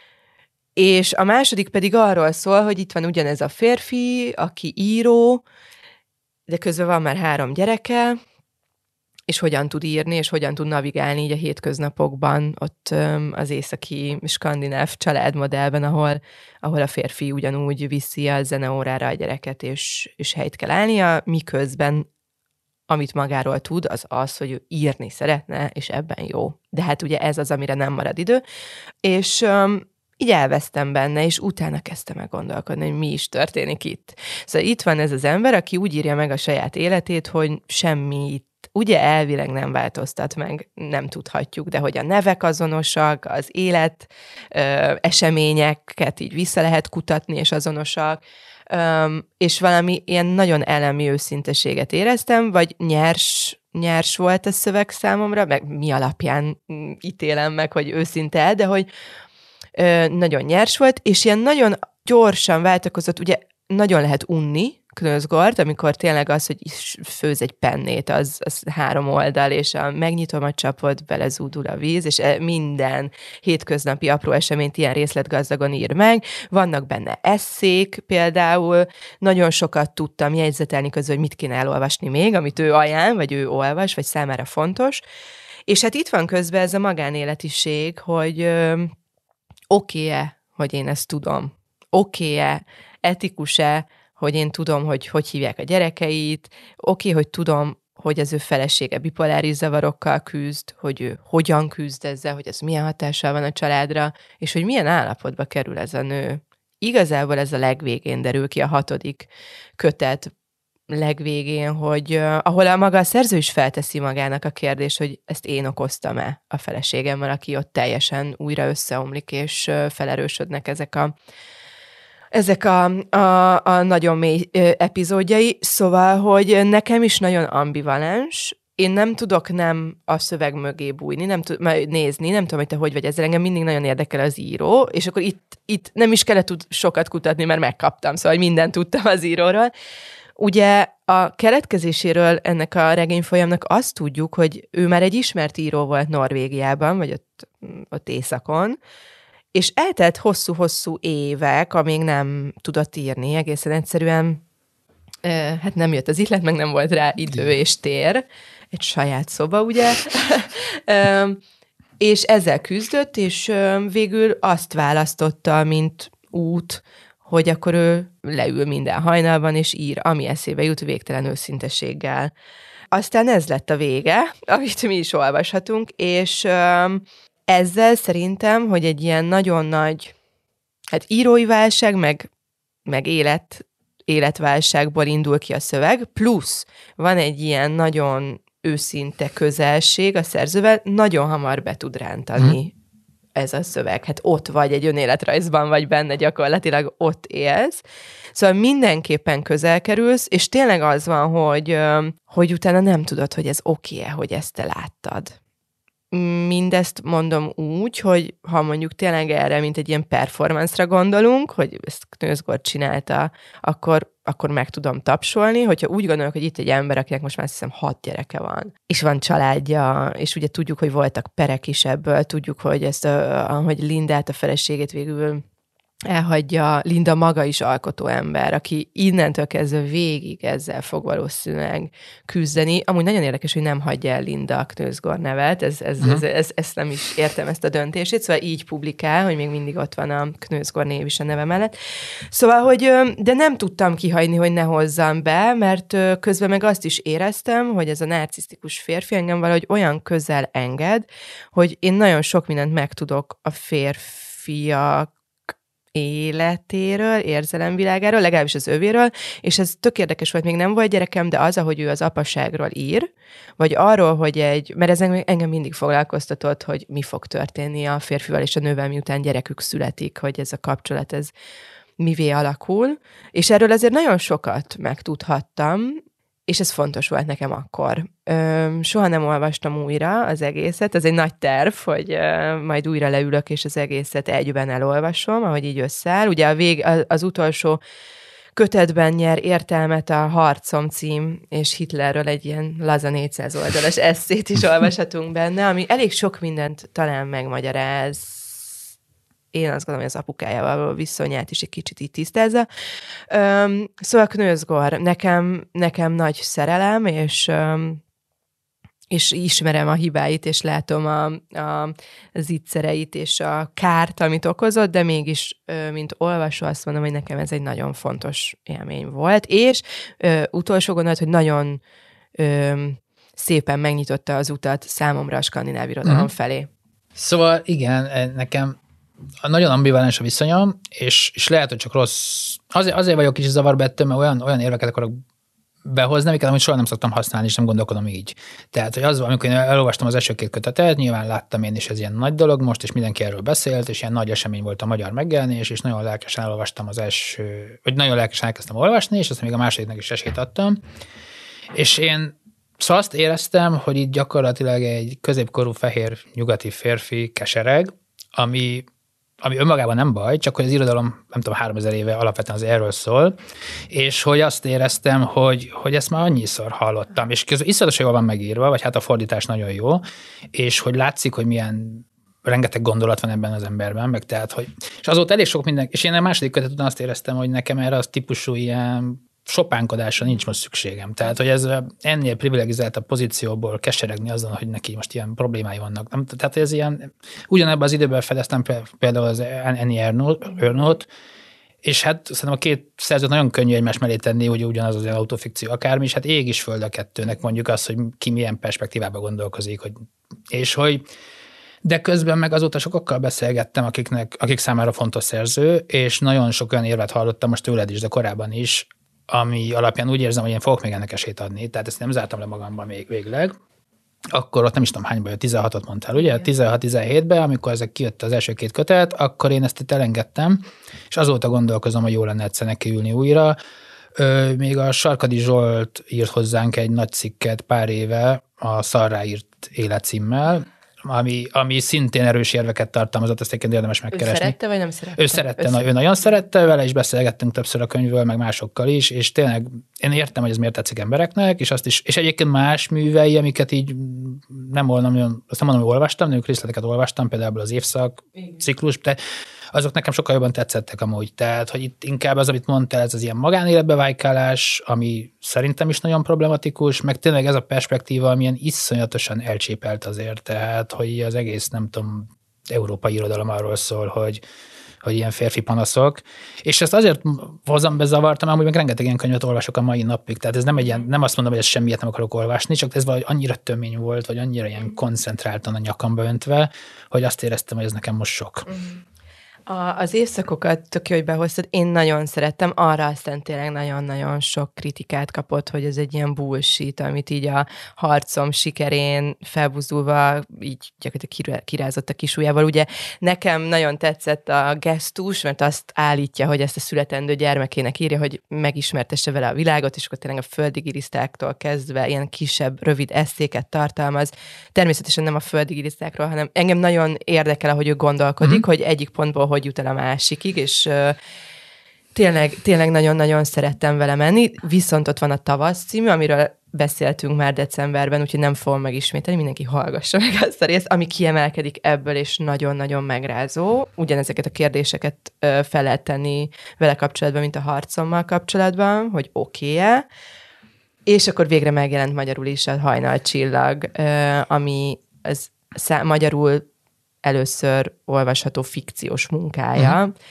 És a második pedig arról szól, hogy itt van ugyanez a férfi, aki író, de közben van már három gyereke, és hogyan tud írni, és hogyan tud navigálni így a hétköznapokban, ott az északi skandináv családmodellben, ahol, ahol a férfi ugyanúgy viszi a zeneórára a gyereket, és, és helyt kell állnia, miközben amit magáról tud, az az, hogy ő írni szeretne, és ebben jó. De hát ugye ez az, amire nem marad idő. És um, így elvesztem benne, és utána kezdtem el gondolkodni, hogy mi is történik itt. Szóval itt van ez az ember, aki úgy írja meg a saját életét, hogy semmi itt ugye elvileg nem változtat meg, nem tudhatjuk, de hogy a nevek azonosak, az élet ö, eseményeket így vissza lehet kutatni, és azonosak, Um, és valami ilyen nagyon elemi őszinteséget éreztem, vagy nyers, nyers volt a szöveg számomra, meg mi alapján ítélem meg, hogy őszinte, de hogy ö, nagyon nyers volt, és ilyen nagyon gyorsan váltakozott, ugye nagyon lehet unni Knausgård, amikor tényleg az, hogy főz egy pennét, az, az három oldal, és a megnyitom a csapot, belezúdul a víz, és minden hétköznapi apró eseményt ilyen részletgazdagon ír meg. Vannak benne esszék például, nagyon sokat tudtam jegyzetelni közül, hogy mit kéne elolvasni még, amit ő ajánl, vagy ő olvas, vagy számára fontos. És hát itt van közben ez a magánéletiség, hogy ö, oké-e, hogy én ezt tudom? Oké-e, etikus-e, hogy én tudom, hogy hogy hívják a gyerekeit, oké, hogy tudom, hogy az ő felesége bipoláris zavarokkal küzd, hogy ő hogyan küzd ezzel, hogy ez milyen hatással van a családra, és hogy milyen állapotba kerül ez a nő. Igazából ez a legvégén derül ki, a hatodik kötet legvégén, hogy uh, ahol a maga a szerző is felteszi magának a kérdést, hogy ezt én okoztam-e a feleségemmel, aki ott teljesen újra összeomlik, és uh, felerősödnek ezek a Ezek a, a, a nagyon mély epizódjai, szóval, hogy nekem is nagyon ambivalens, én nem tudok nem a szöveg mögé bújni, nem tud, nézni, nem tudom, hogy te hogy vagy ezzel, engem mindig nagyon érdekel az író, és akkor itt, itt nem is kellett tud sokat kutatni, mert megkaptam, szóval mindent tudtam az íróról. Ugye a keletkezéséről ennek a regényfolyamnak azt tudjuk, hogy ő már egy ismert író volt Norvégiában, vagy ott, ott északon, és eltelt hosszú-hosszú évek, amíg nem tudott írni, egészen egyszerűen, hát nem jött az ihlet, meg nem volt rá idő és tér, egy saját szoba, ugye, és ezzel küzdött, és végül azt választotta, mint út, hogy akkor ő leül minden hajnalban, és ír, ami eszébe jut végtelen őszinteséggel. aztán ez lett a vége, amit mi is olvashatunk, és ezzel szerintem, hogy egy ilyen nagyon nagy hát írói válság, meg, meg élet, életválságból indul ki a szöveg, plusz van egy ilyen nagyon őszinte közelség a szerzővel, nagyon hamar be tud rántani hmm. ez a szöveg. Hát ott vagy egy önéletrajzban, vagy benne gyakorlatilag ott élsz. Szóval mindenképpen közel kerülsz, és tényleg az van, hogy, hogy utána nem tudod, hogy ez oké-e, hogy ezt te láttad. Mindezt mondom úgy, hogy ha mondjuk tényleg erre, mint egy ilyen performance-ra gondolunk, hogy ezt Knőzgord csinálta, akkor, akkor meg tudom tapsolni, hogyha úgy gondolok, hogy itt egy ember, akinek most már azt hiszem hat gyereke van, és van családja, és ugye tudjuk, hogy voltak perek is ebből, tudjuk, hogy ezt, a, hogy Lindát, a feleségét végül elhagyja, Linda maga is alkotó ember, aki innentől kezdve végig ezzel fog valószínűleg küzdeni. Amúgy nagyon érdekes, hogy nem hagyja el Linda a Knőzgord nevet, ez, ez, uh-huh. ez, ez, ezt nem is értem, ezt a döntését, szóval így publikál, hogy még mindig ott van a Knőzgord név is a neve mellett. Szóval, hogy de nem tudtam kihagyni, hogy ne hozzam be, mert közben meg azt is éreztem, hogy ez a narcisztikus férfi engem valahogy olyan közel enged, hogy én nagyon sok mindent megtudok a férfiak életéről, érzelemvilágáról, legalábbis az övéről, és ez tök érdekes volt, még nem volt gyerekem, de az, ahogy ő az apaságról ír, vagy arról, hogy egy, mert ez engem mindig foglalkoztatott, hogy mi fog történni a férfival és a nővel, miután gyerekük születik, hogy ez a kapcsolat, ez mivé alakul, és erről azért nagyon sokat megtudhattam, és ez fontos volt nekem akkor. Ö, soha nem olvastam újra az egészet, ez egy nagy terv, hogy ö, majd újra leülök, és az egészet egyben elolvasom, ahogy így összeáll. Ugye a vég, az, az utolsó kötetben nyer értelmet a Harcom cím, és Hitlerről egy ilyen laza négyszáz oldalas esszét is olvashatunk benne, ami elég sok mindent talán megmagyaráz. Én azt gondolom, hogy az apukájával való viszonyát is egy kicsit így tisztázza. Öm, szóval Knőzgord, nekem, nekem nagy szerelem, és, öm, és ismerem a hibáit, és látom a, a zicsereit, és a kárt, amit okozott, de mégis, ö, mint olvasó, azt mondom, hogy nekem ez egy nagyon fontos élmény volt, és ö, utolsó gondolat, hogy nagyon ö, szépen megnyitotta az utat számomra a skandináv irodalom uh-huh. felé. Szóval igen, nekem nagyon ambivalens a viszonyom, és, és lehet, hogy csak rossz, azért, azért vagyok kicsit zavarba ettől, mert olyan, olyan érveket akarok behozni, amiket amit soha nem szoktam használni, és nem gondolkodom így. Tehát, hogy az, amikor én elolvastam az első két kötetet, nyilván láttam én is, ez ilyen nagy dolog most, és mindenki erről beszélt, és ilyen nagy esemény volt a magyar megjelenés, és nagyon lelkesen elolvastam az első, vagy nagyon lelkesen elkezdtem olvasni, és aztán még a másodiknak is esélyt adtam. És én szóval azt éreztem, hogy itt gyakorlatilag egy középkorú fehér nyugati férfi kesereg, ami ami önmagában nem baj, csak hogy az irodalom, nem tudom, háromezer éve alapvetően az erről szól, és hogy azt éreztem, hogy, hogy ezt már annyiszor hallottam, és közben iszonyatosan jól van megírva, vagy hát a fordítás nagyon jó, és hogy látszik, hogy milyen rengeteg gondolat van ebben az emberben, meg tehát, hogy, és azóta elég sok minden, és én a második kötet után azt éreztem, hogy nekem erre az típusú ilyen sopánkodásra nincs most szükségem. Tehát, hogy ez ennél privilegizált a pozícióból keseregni azon, hogy neki most ilyen problémái vannak. Nem, tehát ez ilyen, ugyanebben az időben fedeztem például az Annie Ernaux-t, és hát szerintem a két szerzőt nagyon könnyű egymás mellé tenni, hogy ugyanaz az autofikció akármi, és hát ég is föld a kettőnek, mondjuk azt, hogy ki milyen perspektívában gondolkozik, hogy, és hogy de közben meg azóta sokakkal beszélgettem, akiknek, akik számára fontos szerző, és nagyon sok olyan érvet hallottam most tőled is, de korábban is, ami alapján úgy érzem, hogy én fogok még ennek esélyt adni, tehát ezt nem zártam le magamban még végleg. Akkor ott nem is tudom hányba jött, tizenhatot mondtál, ugye? tizenhat-tizenhétben, amikor ezek kijött az első két kötet, akkor én ezt itt elengedtem, és azóta gondolkozom, hogy jó lenne egyszer nekiülni újra. Ö, még a Sarkadi Zsolt írt hozzánk egy nagy cikket pár éve a Szarrá írt életcímmel, ami, ami szintén erős érveket tartalmazott, ezt egyébként érdemes megkeresni. Ő szerette, vagy nem szerette? Ő szerette, Össze... ő nagyon szerette vele, és beszélgettünk többször a könyvről, meg másokkal is, és tényleg én értem, hogy ez miért tetszik embereknek, és azt is, és egyébként más művei, amiket így nem mondom, azt nem mondom, hogy olvastam, de részleteket olvastam, például az évszak ciklus, de azok nekem sokkal jobban tetszettek amúgy. Tehát, hogy itt inkább az, amit mondtál, ez az ilyen magánéletbe vájkálás, ami szerintem is nagyon problematikus, meg tényleg ez a perspektíva, amilyen iszonyatosan elcsépelt azért, tehát, hogy az egész, nem tudom, európai irodalom arról szól, hogy hogy ilyen férfi panaszok. És ezt azért hozom be, zavartam, amúgy meg rengeteg ilyen könyvet olvasok a mai napig. Tehát ez nem egy ilyen, nem azt mondom, hogy ez semmiet nem akarok olvasni, csak ez valahogy annyira tömény volt, vagy annyira ilyen koncentráltan a nyakamba öntve, hogy azt éreztem, hogy ez nekem most sok. Mm. A, az évszakokat tök jó, hogy behoztad, én nagyon szerettem, arra aztán tényleg nagyon-nagyon sok kritikát kapott, hogy ez egy ilyen bullshit, amit így a harcom sikerén felbuzulva így gyakorlatilag kirázott a kisujjával. Ugye nekem nagyon tetszett a gesztus, mert azt állítja, hogy ezt a születendő gyermekének írja, hogy megismertesse vele a világot, és akkor tényleg a földi gilisztáktól kezdve ilyen kisebb, rövid eszéket tartalmaz. Természetesen nem a földi gilisztákról, hanem engem nagyon érdekel, ahogy ő gondolkodik, mm-hmm. hogy egyik pontból hogy jut el a másikig, és uh, tényleg, tényleg nagyon-nagyon szerettem vele menni. Viszont ott van a Tavasz című, amiről beszéltünk már decemberben, úgyhogy nem fogom megismételni, mindenki hallgassa meg azt a részt, ami kiemelkedik ebből, és nagyon-nagyon megrázó. Ugyanezeket a kérdéseket uh, fel lehet tenni vele kapcsolatban, mint a harcommal kapcsolatban, hogy oké-e. És akkor végre megjelent magyarul is a Hajnalcsillag, uh, ami az szá- magyarul először olvasható fikciós munkája, uh-huh.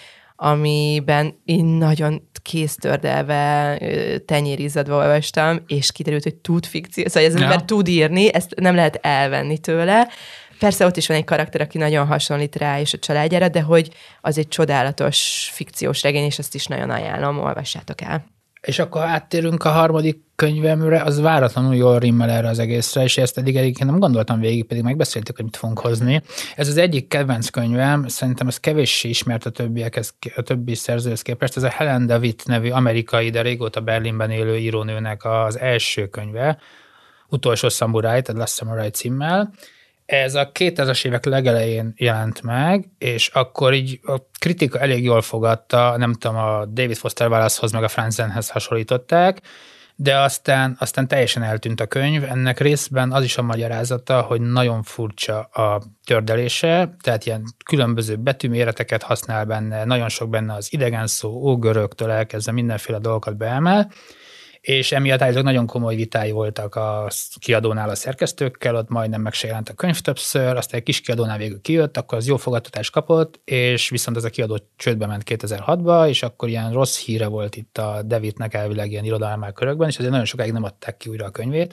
amiben én nagyon kéztördelve, tenyérizadva olvastam, és kiderült, hogy tud fikció, szóval ez az ember tud írni, ezt nem lehet elvenni tőle. Persze ott is van egy karakter, aki nagyon hasonlít rá és a családjára, de hogy az egy csodálatos fikciós regény, és azt is nagyon ajánlom, olvassátok el. És akkor áttérünk a harmadik könyvemre, az váratlanul jól rimmel erre az egészre, és ezt eddig egyébként nem gondoltam végig, pedig megbeszéltük, hogy mit fogunk hozni. Ez az egyik kedvenc könyvem, szerintem ez kevéssé ismert a többiekhez, a többi szerzőhöz képest. Ez a Helen Davitt nevű amerikai, de régóta Berlinben élő írónőnek az első könyve, Utolsó szamuráj, tehát Last Samurai címmel. Ez a kétezres évek legelején jelent meg, és akkor így a kritika elég jól fogadta, nem tudom, a David Foster Wallace-hoz meg a Franz Zenhez hasonlították, de aztán, aztán teljesen eltűnt a könyv. Ennek részben az is a magyarázata, hogy nagyon furcsa a tördelése, tehát ilyen különböző betűméreteket használ benne, nagyon sok benne az idegen szó, ógöröktől elkezdve mindenféle dolgokat beemel, és emiatt állítólag nagyon komoly vitái voltak a kiadónál a szerkesztőkkel, ott majdnem meg se jelent a könyv többször, aztán egy kis kiadónál végül kijött, akkor az jó fogadtatást kapott, és viszont ez a kiadó csődbe ment kétezer-hatba, és akkor ilyen rossz híre volt itt a Davittnek elvileg ilyen irodalmár körökben, és azért nagyon sokáig nem adták ki újra a könyvét.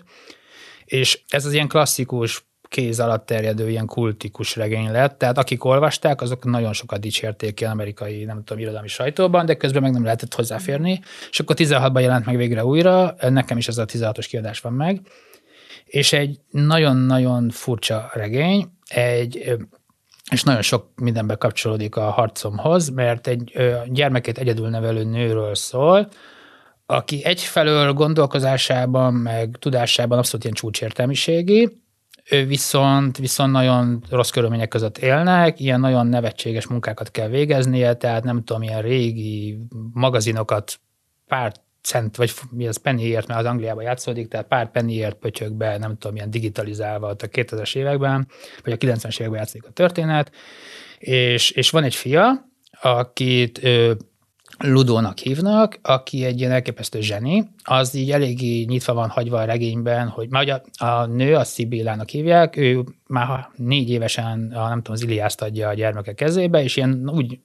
És ez az ilyen klasszikus, kéz alatt terjedő ilyen kultikus regény lett, tehát akik olvasták, azok nagyon sokat dicsérték ki amerikai, nem tudom, irodalmi sajtóban, de közben meg nem lehetett hozzáférni, és akkor tizenhatban jelent meg végre újra, nekem is ez a tizenhatos kiadás van meg, és egy nagyon-nagyon furcsa regény, egy, és nagyon sok mindenben kapcsolódik a harcomhoz, mert egy gyermekét egyedül nevelő nőről szól, aki egyfelől gondolkozásában, meg tudásában abszolút ilyen csúcsértelmiségi, ő viszont, viszont nagyon rossz körülmények között élnek, ilyen nagyon nevetséges munkákat kell végeznie, tehát nem tudom, ilyen régi magazinokat pár cent, vagy mi az pennyért, mert az Angliában játszódik, tehát pár pennyért pötyög be, nem tudom, ilyen digitalizálva a kétezres években, vagy a kilencvenes években játszik a történet, és, és van egy fia, akit ő, Ludónak hívnak, aki egy ilyen elképesztő zseni, az így eléggé nyitva van hagyva a regényben, hogy már ugye a nő, a Szibélának hívják, ő már négy évesen, a, nem tudom, az Iliászt adja a gyermeke kezébe, és ilyen úgy,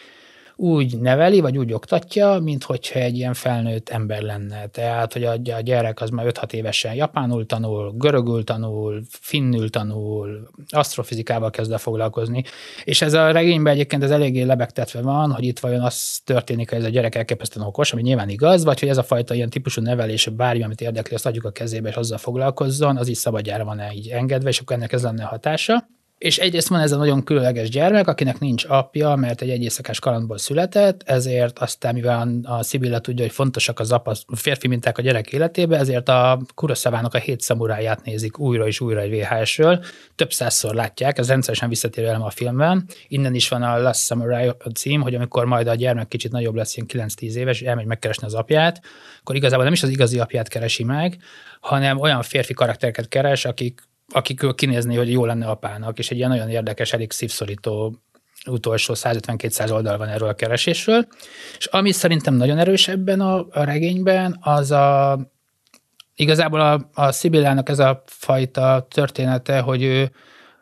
úgy neveli, vagy úgy oktatja, mint hogyha egy ilyen felnőtt ember lenne. Tehát, hogy a gyerek az már öt-hat évesen japánul tanul, görögül tanul, finnül tanul, asztrofizikával kezd el foglalkozni. És ez a regényben egyébként ez eléggé lebegtetve van, hogy itt vajon az történik, hogy ez a gyerek elképesztően okos, ami nyilván igaz, vagy hogy ez a fajta ilyen típusú nevelés, bármi, amit érdekli, azt adjuk a kezébe, és azzal foglalkozzon, az is szabadjára van így engedve, és akkor ennek ez lenne a hatása. És egyrészt van ez a nagyon különleges gyermek, akinek nincs apja, mert egy egyészakás kalandból született, ezért aztán, mivel a Szibilla tudja, hogy fontosak az apa, férfi minták a gyerek életébe, ezért a Kurosavának a Hét szamuráját nézik újra és újra egy vé há es-ről. Több százszor látják, ez rendszeresen visszatérő elem a filmben. Innen is van a Last Samurai cím, hogy amikor majd a gyermek kicsit nagyobb lesz, ilyen kilenc-tíz éves, és elmegy megkeresni az apját, akkor igazából nem is az igazi apját keresi meg, hanem olyan férfi karaktereket keres, akik akikről kinézni, hogy jó lenne apának, és egy ilyen nagyon érdekes, elég szívszorító utolsó száz-ötven-kétszáz oldal van erről a keresésről. És ami szerintem nagyon erős ebben a, a regényben, az a, igazából a, a Szibélának ez a fajta története, hogy ő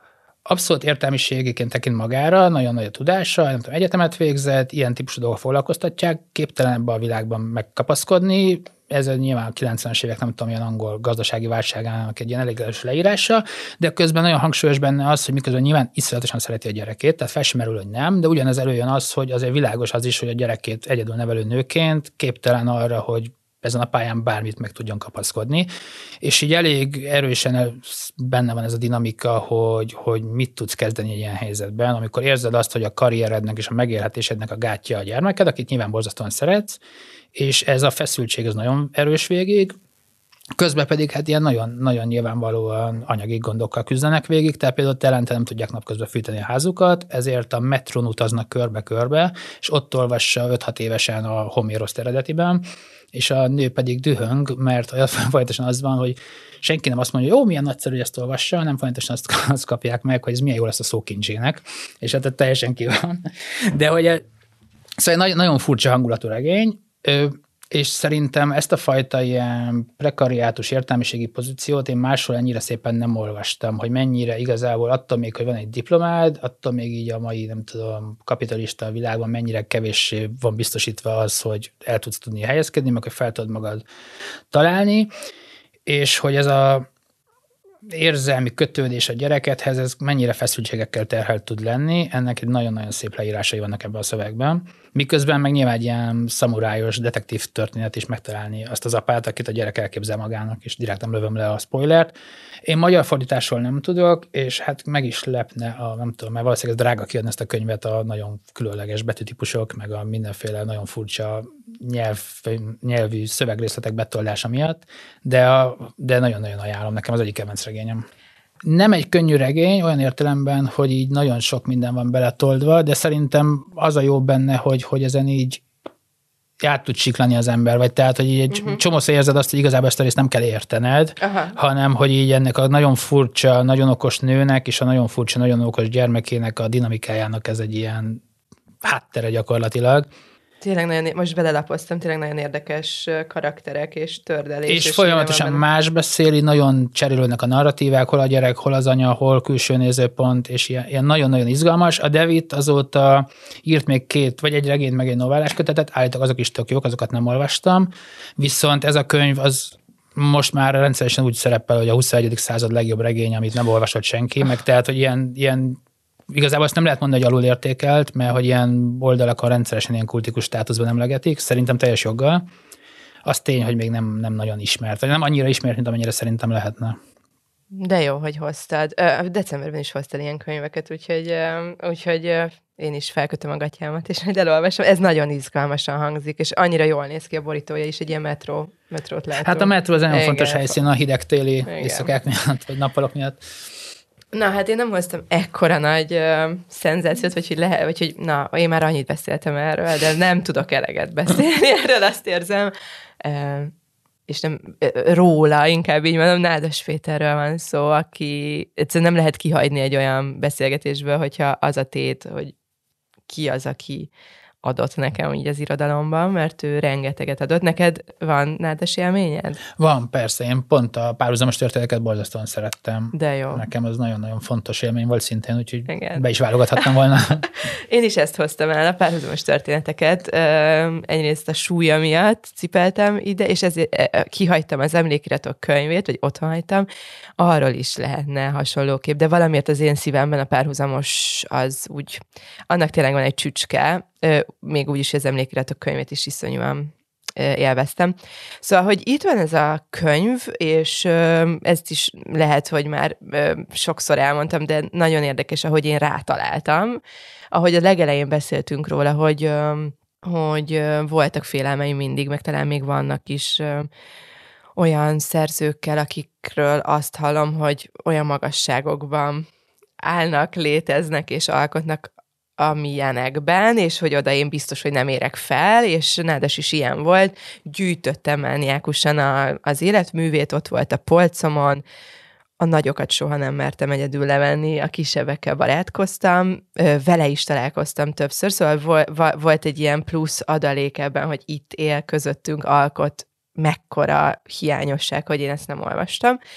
abszolút értelmiségiként tekint magára, nagyon nagy a tudása, nem tudom, egyetemet végzett, ilyen típusú dolgok foglalkoztatják, képtelen ebbe a világban megkapaszkodni. Ez nyilván a kilencvenes évek, nem tudom, ilyen angol gazdasági válságának egy ilyen elég erős leírása, de közben nagyon hangsúlyos benne az, hogy miközben nyilván iszonyatosan szereti a gyerekét, tehát fel sem merül, hogy nem, de ugyanez előjön az, hogy azért világos az is, hogy a gyerekét egyedül nevelő nőként képtelen arra, hogy ezen a pályán bármit meg tudjon kapaszkodni, és így elég erősen benne van ez a dinamika, hogy, hogy mit tudsz kezdeni egy ilyen helyzetben, amikor érzed azt, hogy a karrierednek és a megélhetésednek a gátja a gyermeked, akit nyilván borzasztóan szeretsz, és ez a feszültség az nagyon erős végig, közben pedig hát ilyen nagyon, nagyon nyilvánvalóan anyagi gondokkal küzdenek végig, tehát például telente nem tudják napközben fűteni a házukat, ezért a metrón utaznak körbe-körbe, és ott olvassa öt-hat évesen a Homéroszt eredetiben, és a nő pedig dühöng, mert folyamatosan az van, hogy senki nem azt mondja, hogy jó, milyen nagyszerű, hogy ezt olvassa, hanem folyamatosan azt, azt kapják meg, hogy ez milyen jó lesz a szókincsének, és hát teljesen ki van. De hogy szóval nagyon, nagyon furcsa hangulatú regény, és szerintem ezt a fajta ilyen prekariátus értelmiségi pozíciót én máshol ennyire szépen nem olvastam, hogy mennyire igazából attól még, hogy van egy diplomád, attól még így a mai, nem tudom, kapitalista világban mennyire kevéssé van biztosítva az, hogy el tudsz tudni helyezkedni, meg hogy fel tudod magad találni, és hogy ez a érzelmi kötődés a gyerekedhez, ez mennyire feszültségekkel terhelt tud lenni, ennek egy nagyon-nagyon szép leírásai vannak ebben a szövegben. Miközben meg nyilván egy ilyen szamurájos detektív történet is megtalálni azt az apát, akit a gyerek elképzel magának, és direkt nem lövöm le a spoilert. Én magyar fordításról nem tudok, és hát meg is lepne, a, nem tudom, mert valószínűleg ez drága kiadni ezt a könyvet a nagyon különleges betűtípusok, meg a mindenféle nagyon furcsa nyelv, nyelvű szövegrészletek betoldása miatt, de, a, de nagyon-nagyon ajánlom, nekem az egyik kedvenc regényem. Nem egy könnyű regény, olyan értelemben, hogy így nagyon sok minden van beletoldva, de szerintem az a jó benne, hogy, hogy ezen így át tud siklani az ember, vagy tehát, hogy így egy uh-huh. csomószor érzed azt, hogy igazából ezt a részt nem kell értened, uh-huh. hanem, hogy így ennek a nagyon furcsa, nagyon okos nőnek, és a nagyon furcsa, nagyon okos gyermekének a dinamikájának ez egy ilyen háttere gyakorlatilag. Tényleg nagyon, most belelapoztam, tényleg nagyon érdekes karakterek és tördelés. És, és folyamatosan más beszél, így nagyon cserélődnek a narratívák, hol a gyerek, hol az anya, hol külső nézőpont, és ilyen, ilyen nagyon-nagyon izgalmas. A David azóta írt még két, vagy egy regényt, meg egy novellás kötetet, állítólag azok is tök jók, azokat nem olvastam, viszont ez a könyv az most már rendszeresen úgy szerepel, hogy a huszonegyedik század legjobb regény, amit nem olvasott senki, meg tehát, hogy ilyen, ilyen igazából azt nem lehet mondani, hogy alulértékelt, mert hogy ilyen oldalakon rendszeresen ilyen kultikus státuszban emlegetik, szerintem teljes joggal. Az tény, hogy még nem, nem nagyon ismert, vagy nem annyira ismert, mint amennyire szerintem lehetne. De jó, hogy hoztad. Decemberben is hoztad ilyen könyveket, úgyhogy, úgyhogy én is felkötöm a gatyámat, és majd elolvasom. Ez nagyon izgalmasan hangzik, és annyira jól néz ki a borítója is, egy ilyen metró, metrót látom. Hát a metró az nagyon igen, fontos helyszín a hideg téli igen. éjszakák miatt, vagy nappalok miatt. Na, hát én nem hoztam ekkora nagy uh, szenzációt, vagy hogy, lehet, vagy hogy na, én már annyit beszéltem erről, de nem tudok eleget beszélni erről, azt érzem. Uh, és nem uh, róla, inkább így mondom, Nádas Péterről van szó, aki egyszerűen nem lehet kihagyni egy olyan beszélgetésből, hogyha az a tét, hogy ki az, aki adott nekem így az irodalomban, mert ő rengeteget adott. Neked van nádas élményed? Van, persze. Én pont a párhuzamos történeteket borzasztóan szerettem. De jó. Nekem az nagyon-nagyon fontos élmény volt szintén, úgyhogy igen. be is válogathattam volna. Én is ezt hoztam el, a párhuzamos történeteket. Egyrészt a súlya miatt cipeltem ide, és ezért kihagytam az emlékiratok könyvét, vagy otthon hagytam. Arról is lehetne hasonlóképp, de valamiért az én szívemben a párhuzamos az úgy, annak tényleg van egy csücske, még úgyis az emlékiratok könyvét is iszonyúan élveztem. Szóval, hogy itt van ez a könyv, és ezt is lehet, hogy már sokszor elmondtam, de nagyon érdekes, ahogy én rátaláltam. Ahogy a legelején beszéltünk róla, hogy, hogy voltak félelmeim mindig, meg talán még vannak is olyan szerzőkkel, akikről azt hallom, hogy olyan magasságokban állnak, léteznek és alkotnak, amilyenekben, és hogy oda én biztos, hogy nem érek fel, és Nádas is ilyen volt. Gyűjtöttem mániákusan a, az életművét, ott volt a polcomon, a nagyokat soha nem mertem egyedül levenni, a kisebbekkel barátkoztam, vele is találkoztam többször, szóval volt egy ilyen plusz adalék ebben, hogy itt él közöttünk, alkot, mekkora hiányosság, hogy én ezt nem olvastam.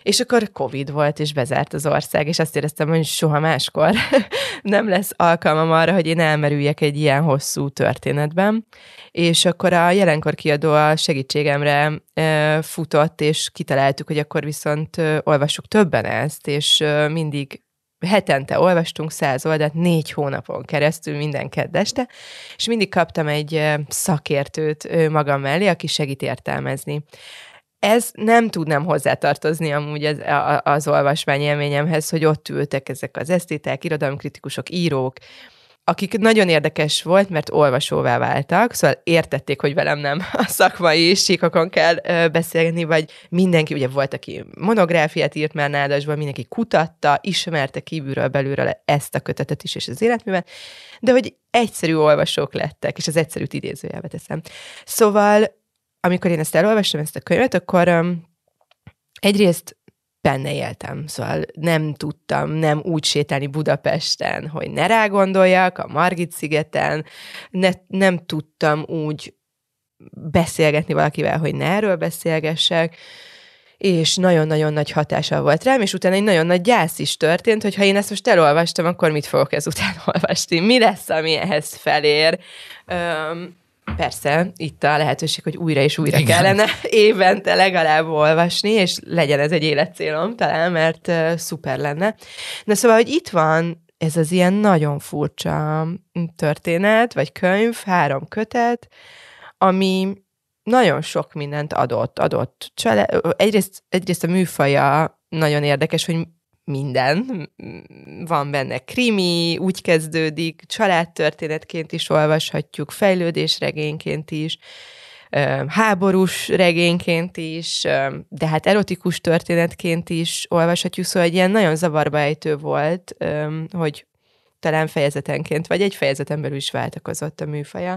És akkor Covid volt, és bezárt az ország, és azt éreztem, hogy soha máskor nem lesz alkalmam arra, hogy én elmerüljek egy ilyen hosszú történetben. És akkor a Jelenkor kiadó a segítségemre e, futott, és kitaláltuk, hogy akkor viszont e, olvassuk többen ezt, és e, mindig hetente olvastunk száz oldalt, négy hónapon keresztül minden kedd este, és mindig kaptam egy szakértőt magam mellé, aki segít értelmezni. Ez nem tudnám hozzátartozni amúgy az, az olvasmányélményemhez, hogy ott ültek ezek az esztéták, irodalomkritikusok, írók, akik nagyon érdekes volt, mert olvasóvá váltak, szóval értették, hogy velem nem a szakmai síkokon kell ö, beszélni, vagy mindenki, ugye volt, aki monográfiát írt már Nádasban, mindenki kutatta, ismerte kívülről belülről ezt a kötetet is, és az életművet, de hogy egyszerű olvasók lettek, és az egyszerűt idézőjelbe teszem. Szóval, amikor én ezt elolvastam, ezt a könyvet, akkor um, egyrészt benne éltem, szóval nem tudtam nem úgy sétálni Budapesten, hogy ne rágondoljak, a Margit-szigeten, ne, nem tudtam úgy beszélgetni valakivel, hogy ne erről beszélgessek, és nagyon-nagyon nagy hatással volt rám, és utána egy nagyon nagy gyász is történt, hogy ha én ezt most elolvastam, akkor mit fogok ezután olvasni? Mi lesz, ami ehhez felér? Um, Persze, itt a lehetőség, hogy újra és újra Igen. kellene évente legalább olvasni, és legyen ez egy életcélom talán, mert uh, szuper lenne. Na szóval, hogy itt van ez az ilyen nagyon furcsa történet, vagy könyv, három kötet, ami nagyon sok mindent adott. adott. Csale- egyrészt, egyrészt a műfaja nagyon érdekes, hogy minden. Van benne krimi, úgy kezdődik, családtörténetként is olvashatjuk, fejlődésregényként is, háborús regényként is, de hát erotikus történetként is olvashatjuk, szóval egy ilyen nagyon zavarba ejtő volt, hogy talán fejezetenként, vagy egy fejezeten belül is váltakozott a műfaja.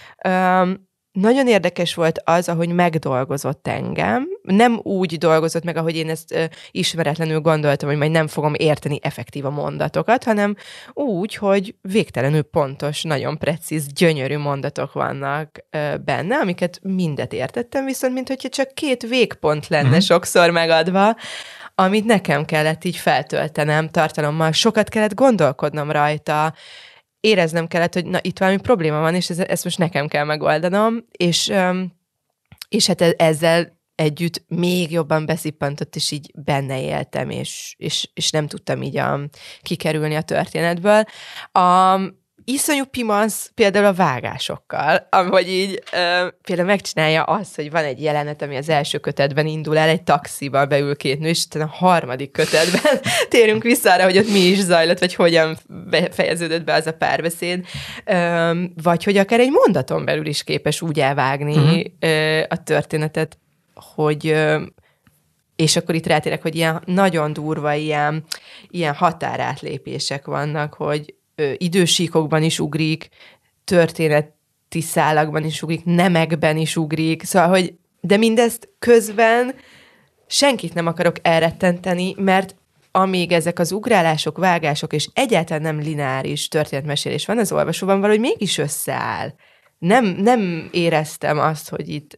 Nagyon érdekes volt az, ahogy megdolgozott engem. Nem úgy dolgozott meg, ahogy én ezt ö, ismeretlenül gondoltam, hogy majd nem fogom érteni effektív a mondatokat, hanem úgy, hogy végtelenül pontos, nagyon precíz, gyönyörű mondatok vannak ö, benne, amiket mindet értettem, viszont mint hogyha csak két végpont lenne mm-hmm. sokszor megadva, amit nekem kellett így feltöltenem tartalommal. Sokat kellett gondolkodnom rajta, éreznem kellett, hogy na, itt valami probléma van, és ez, ezt most nekem kell megoldanom, és, és hát ezzel együtt még jobban beszippantott, és így benne éltem, és, és, és nem tudtam így a, kikerülni a történetből. A iszonyú pimasz például a vágásokkal, ahogy így ö, például megcsinálja azt, hogy van egy jelenet, ami az első kötetben indul el, egy taxiba beül két nő, és a harmadik kötetben térünk vissza arra, hogy ott mi is zajlott, vagy hogyan fejeződött be az a párbeszéd, ö, vagy hogy akár egy mondaton belül is képes úgy elvágni uh-huh. ö, a történetet, hogy... Ö, és akkor itt rátérek, hogy ilyen nagyon durva ilyen, ilyen határátlépések vannak, hogy ö, idősíkokban is ugrik, történeti szálakban is ugrik, nemekben is ugrik, szóval, hogy de mindezt közben senkit nem akarok elrettenteni, mert amíg ezek az ugrálások, vágások, és egyáltalán nem lineáris történetmesélés van az olvasóban, valahogy mégis összeáll. Nem, nem éreztem azt, hogy itt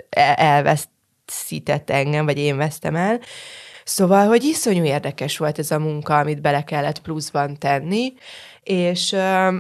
elveszített engem, vagy én vesztem el. Szóval, hogy iszonyú érdekes volt ez a munka, amit bele kellett pluszban tenni, és,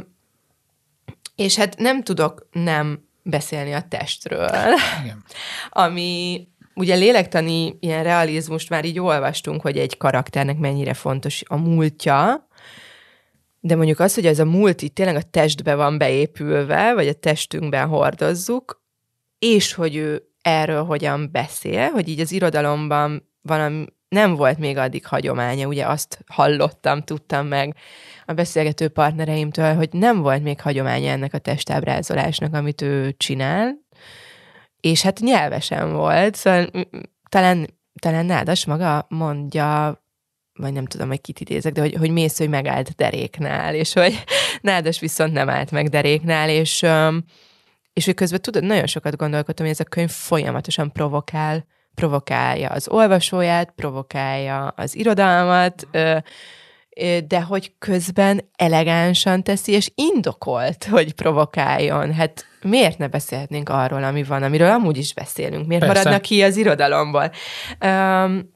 és hát nem tudok nem beszélni a testről, Igen. ami ugye lélektani ilyen realizmust már így olvastunk, hogy egy karakternek mennyire fontos a múltja, de mondjuk az, hogy ez a múlt itt tényleg a testbe van beépülve, vagy a testünkben hordozzuk, és hogy ő erről hogyan beszél, hogy így az irodalomban valami nem volt még addig hagyománya, ugye azt hallottam, tudtam meg a beszélgető partnereimtől, hogy nem volt még hagyománya ennek a testábrázolásnak, amit ő csinál, és hát nyelvesen volt, szóval talán, talán Nádas maga mondja, vagy nem tudom, hogy kit idézek, de hogy, hogy mész, hogy megállt deréknál, és hogy Nádas viszont nem állt meg deréknál, és, és hogy közben tudod, nagyon sokat gondolkodtam, hogy ez a könyv folyamatosan provokál, provokálja az olvasóját, provokálja az irodalmat, de hogy közben elegánsan teszi, és indokolt, hogy provokáljon. Hát miért ne beszélhetnénk arról, ami van, amiről amúgy is beszélünk? Miért Persze. maradnak ki az irodalomból? Um,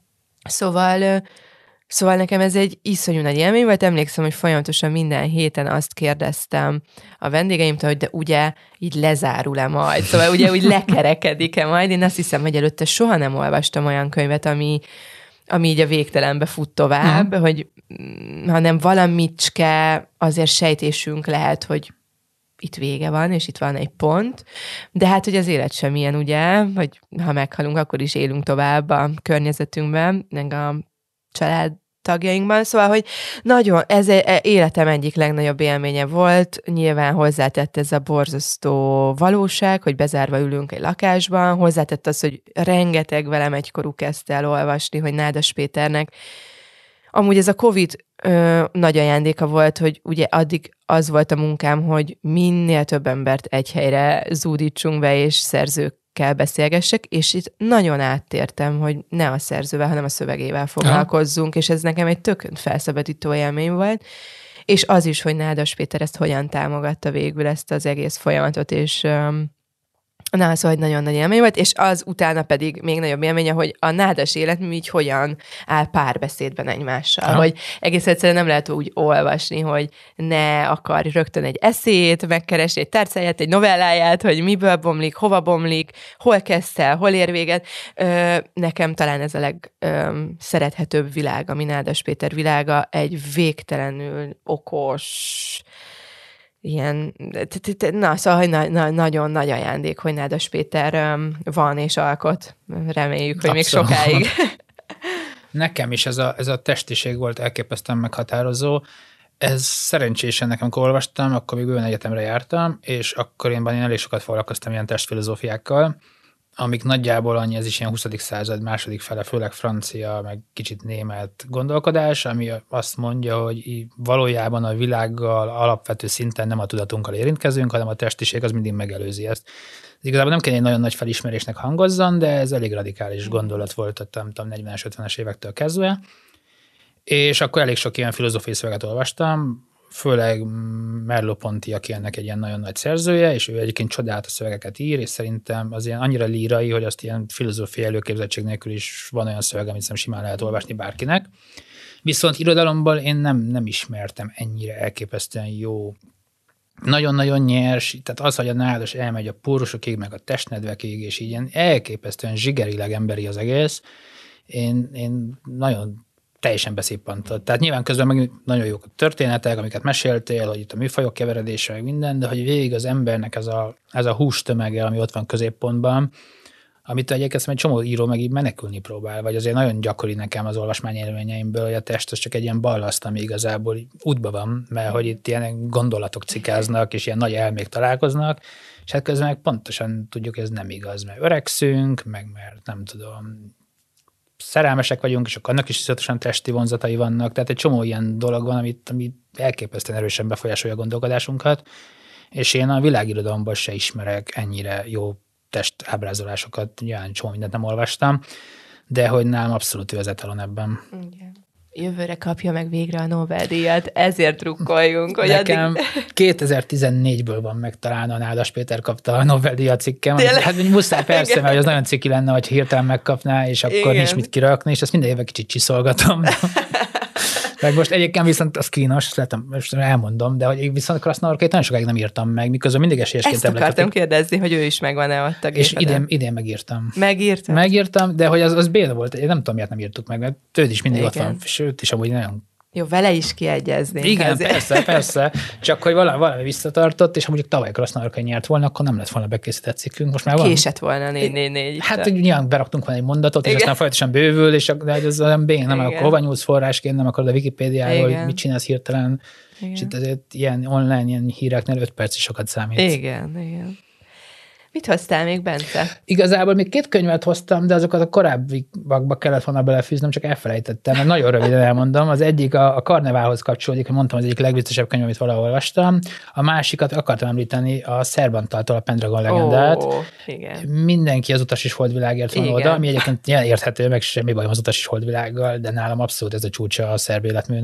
Szóval, szóval nekem ez egy iszonyú nagy élmény volt, emlékszem, hogy folyamatosan minden héten azt kérdeztem a vendégeimtől, hogy de ugye így lezárul-e majd, szóval ugye úgy lekerekedik-e majd, én azt hiszem, hogy előtte soha nem olvastam olyan könyvet, ami, ami így a végtelenbe fut tovább, mm. hogy hanem valamicske azért sejtésünk lehet, hogy itt vége van, és itt van egy pont, de hát, hogy az élet sem ilyen, ugye, hogy ha meghalunk, akkor is élünk tovább a környezetünkben, meg a családtagjainkban, szóval, hogy nagyon, ez életem egyik legnagyobb élménye volt, nyilván hozzátett ez a borzasztó valóság, hogy bezárva ülünk egy lakásban, hozzátett az, hogy rengeteg velem egykorú kezdte el olvasni, hogy Nádas Péternek amúgy ez a Covid ö, nagy ajándéka volt, hogy ugye addig az volt a munkám, hogy minél több embert egy helyre zúdítsunk be, és szerzőkkel beszélgessek, és itt nagyon áttértem, hogy ne a szerzővel, hanem a szövegével foglalkozzunk, Aha. és ez nekem egy tök felszabadító élmény volt, és az is, hogy Nádas Péter ezt hogyan támogatta végül ezt az egész folyamatot, és... Ö, Na, szóval egy nagyon nagy élmény volt, és az utána pedig még nagyobb élménye, hogy a nádas életmű így hogyan áll párbeszédben egymással, ha. Hogy egész egyszerűen nem lehet úgy olvasni, hogy ne akarj rögtön egy eszét, megkeresni egy tárcáját, egy novelláját, hogy miből bomlik, hova bomlik, hol kezd el, hol ér véget. Ö, nekem talán ez a legszerethetőbb világ, ami Nádas Péter világa, egy végtelenül okos... ilyen, na, szóval, hogy na, na, nagyon nagy ajándék, hogy Nádas Péter um, van és alkot. Reméljük, hogy Abszolút. Még sokáig. Nekem is ez a, ez a testiség volt elképesztően meghatározó. Ez szerencsésen nekem, amikor olvastam, akkor még bőven egyetemre jártam, és akkor én, én elég sokat foglalkoztam ilyen testfilozófiákkal, amik nagyjából annyi, ez is ilyen huszadik század második fele, főleg francia, meg kicsit német gondolkodás, ami azt mondja, hogy valójában a világgal alapvető szinten nem a tudatunkkal érintkezünk, hanem a testiség az mindig megelőzi ezt. Ez igazából nem kell egy nagyon nagy felismerésnek hangozzon, de ez elég radikális gondolat volt, nem tudom, negyvenes, ötvenes évektől kezdve. És akkor elég sok ilyen filozófiai szöveget olvastam, főleg Merleau-Ponty, aki ennek egy ilyen nagyon nagy szerzője, és ő egyébként csodálatos szövegeket ír, és szerintem az ilyen annyira lírai, hogy azt ilyen filozófiai előképzettség nélkül is van olyan szöveg, amit szerintem simán lehet olvasni bárkinek. Viszont irodalomból én nem, nem ismertem ennyire elképesztően jó, nagyon-nagyon nyers, tehát az, hogy a Nádas elmegy a pórusokig, meg a testnedvekig, és így ilyen elképesztően zsigerileg emberi az egész, én, én nagyon teljesen beszippantott. Tehát nyilván közben meg nagyon jók a történetek, amiket meséltél, hogy itt a műfajok keveredése, meg minden, de hogy végig az embernek ez a, ez a hústömege, ami ott van középpontban, amit egyébként egy csomó író meg így menekülni próbál, vagy azért nagyon gyakori nekem az olvasmány élményeimből, hogy a test az csak egy ilyen ballaszt, ami igazából útban van, mert hogy itt ilyen gondolatok cikáznak, és ilyen nagy elmék találkoznak, és hát közben meg pontosan tudjuk, hogy ez nem igaz, mert öregszünk, meg mert nem tudom, szerelmesek vagyunk, és akkor annak is iszonyatosan testi vonzatai vannak, tehát egy csomó ilyen dolog van, amit, amit elképesztően erősen befolyásolja a gondolkodásunkat, és én a világirodalomban se ismerek ennyire jó testábrázolásokat, nyilván csomó mindent nem olvastam, de hogy nálam abszolút ő az etalon ebben. Igen. Jövőre kapja meg végre a Nobel-díjat, ezért drukkoljunk. Hogy Nekem addig... kétezer-tizennégyből van meg talán a Nádas Péter kapta a Nobel-díjat cikkem. Hát muszáj persze, igen. Mert az nagyon ciki lenne, hogy hirtelen megkapná, és akkor igen. Nincs mit kirakni, és ezt minden évben kicsit csiszolgatom. Meg most egyébként viszont az kínos, lehetem, most elmondom, de hogy viszont Krasznahorkait nagyon sokáig nem írtam meg, miközben mindig esélyesként Ezt akartam emleketik. Kérdezni, hogy ő is megvan-e ott a És idén, idén megírtam. Megírtam? Megírtam, de hogy az, az béna volt, én nem tudom, miért nem írtuk meg, mert tőd is mindig igen. Ott van, sőt, és amúgy nagyon... Jó, vele is kiegyeznénk. Igen, azért. persze, persze. Csak hogy valami, valami visszatartott, és amúgy tavaly Krasznahorkai nyert volna, akkor nem lett volna bekészített cikkünk. Most már van. Késett volna négy négy négy. Hát, hogy nyilván beraktunk volna egy mondatot, és igen. Aztán folyamatosan bővül, és de ez olyan bén, nem akkor hova nyúlsz forrásként, nem akarod a Wikipédiáról, hogy mit csinálsz hirtelen. Igen. És itt azért ilyen online, ilyen híreknél öt perc is sokat számít. Igen, igen. Mit hoztál még, Bence? Igazából még két könyvet hoztam, de azokat a korábbakba kellett volna belefűznem, csak elfelejtettem, mert nagyon röviden elmondom. Az egyik a, a Karneválhoz kapcsolódik, hogy mondtam, az egyik legviccesebb könyv, amit valahol olvastam. A másikat akartam említeni, a Szerbantaltól a Pendragon legendát. Ó, igen. Mindenki az Utas is Holdvilágért van oda, ami egyébként érthető, meg semmi bajom az Utas is Holdvilággal, de nálam abszolút ez a csúcsa a szerb életműnek.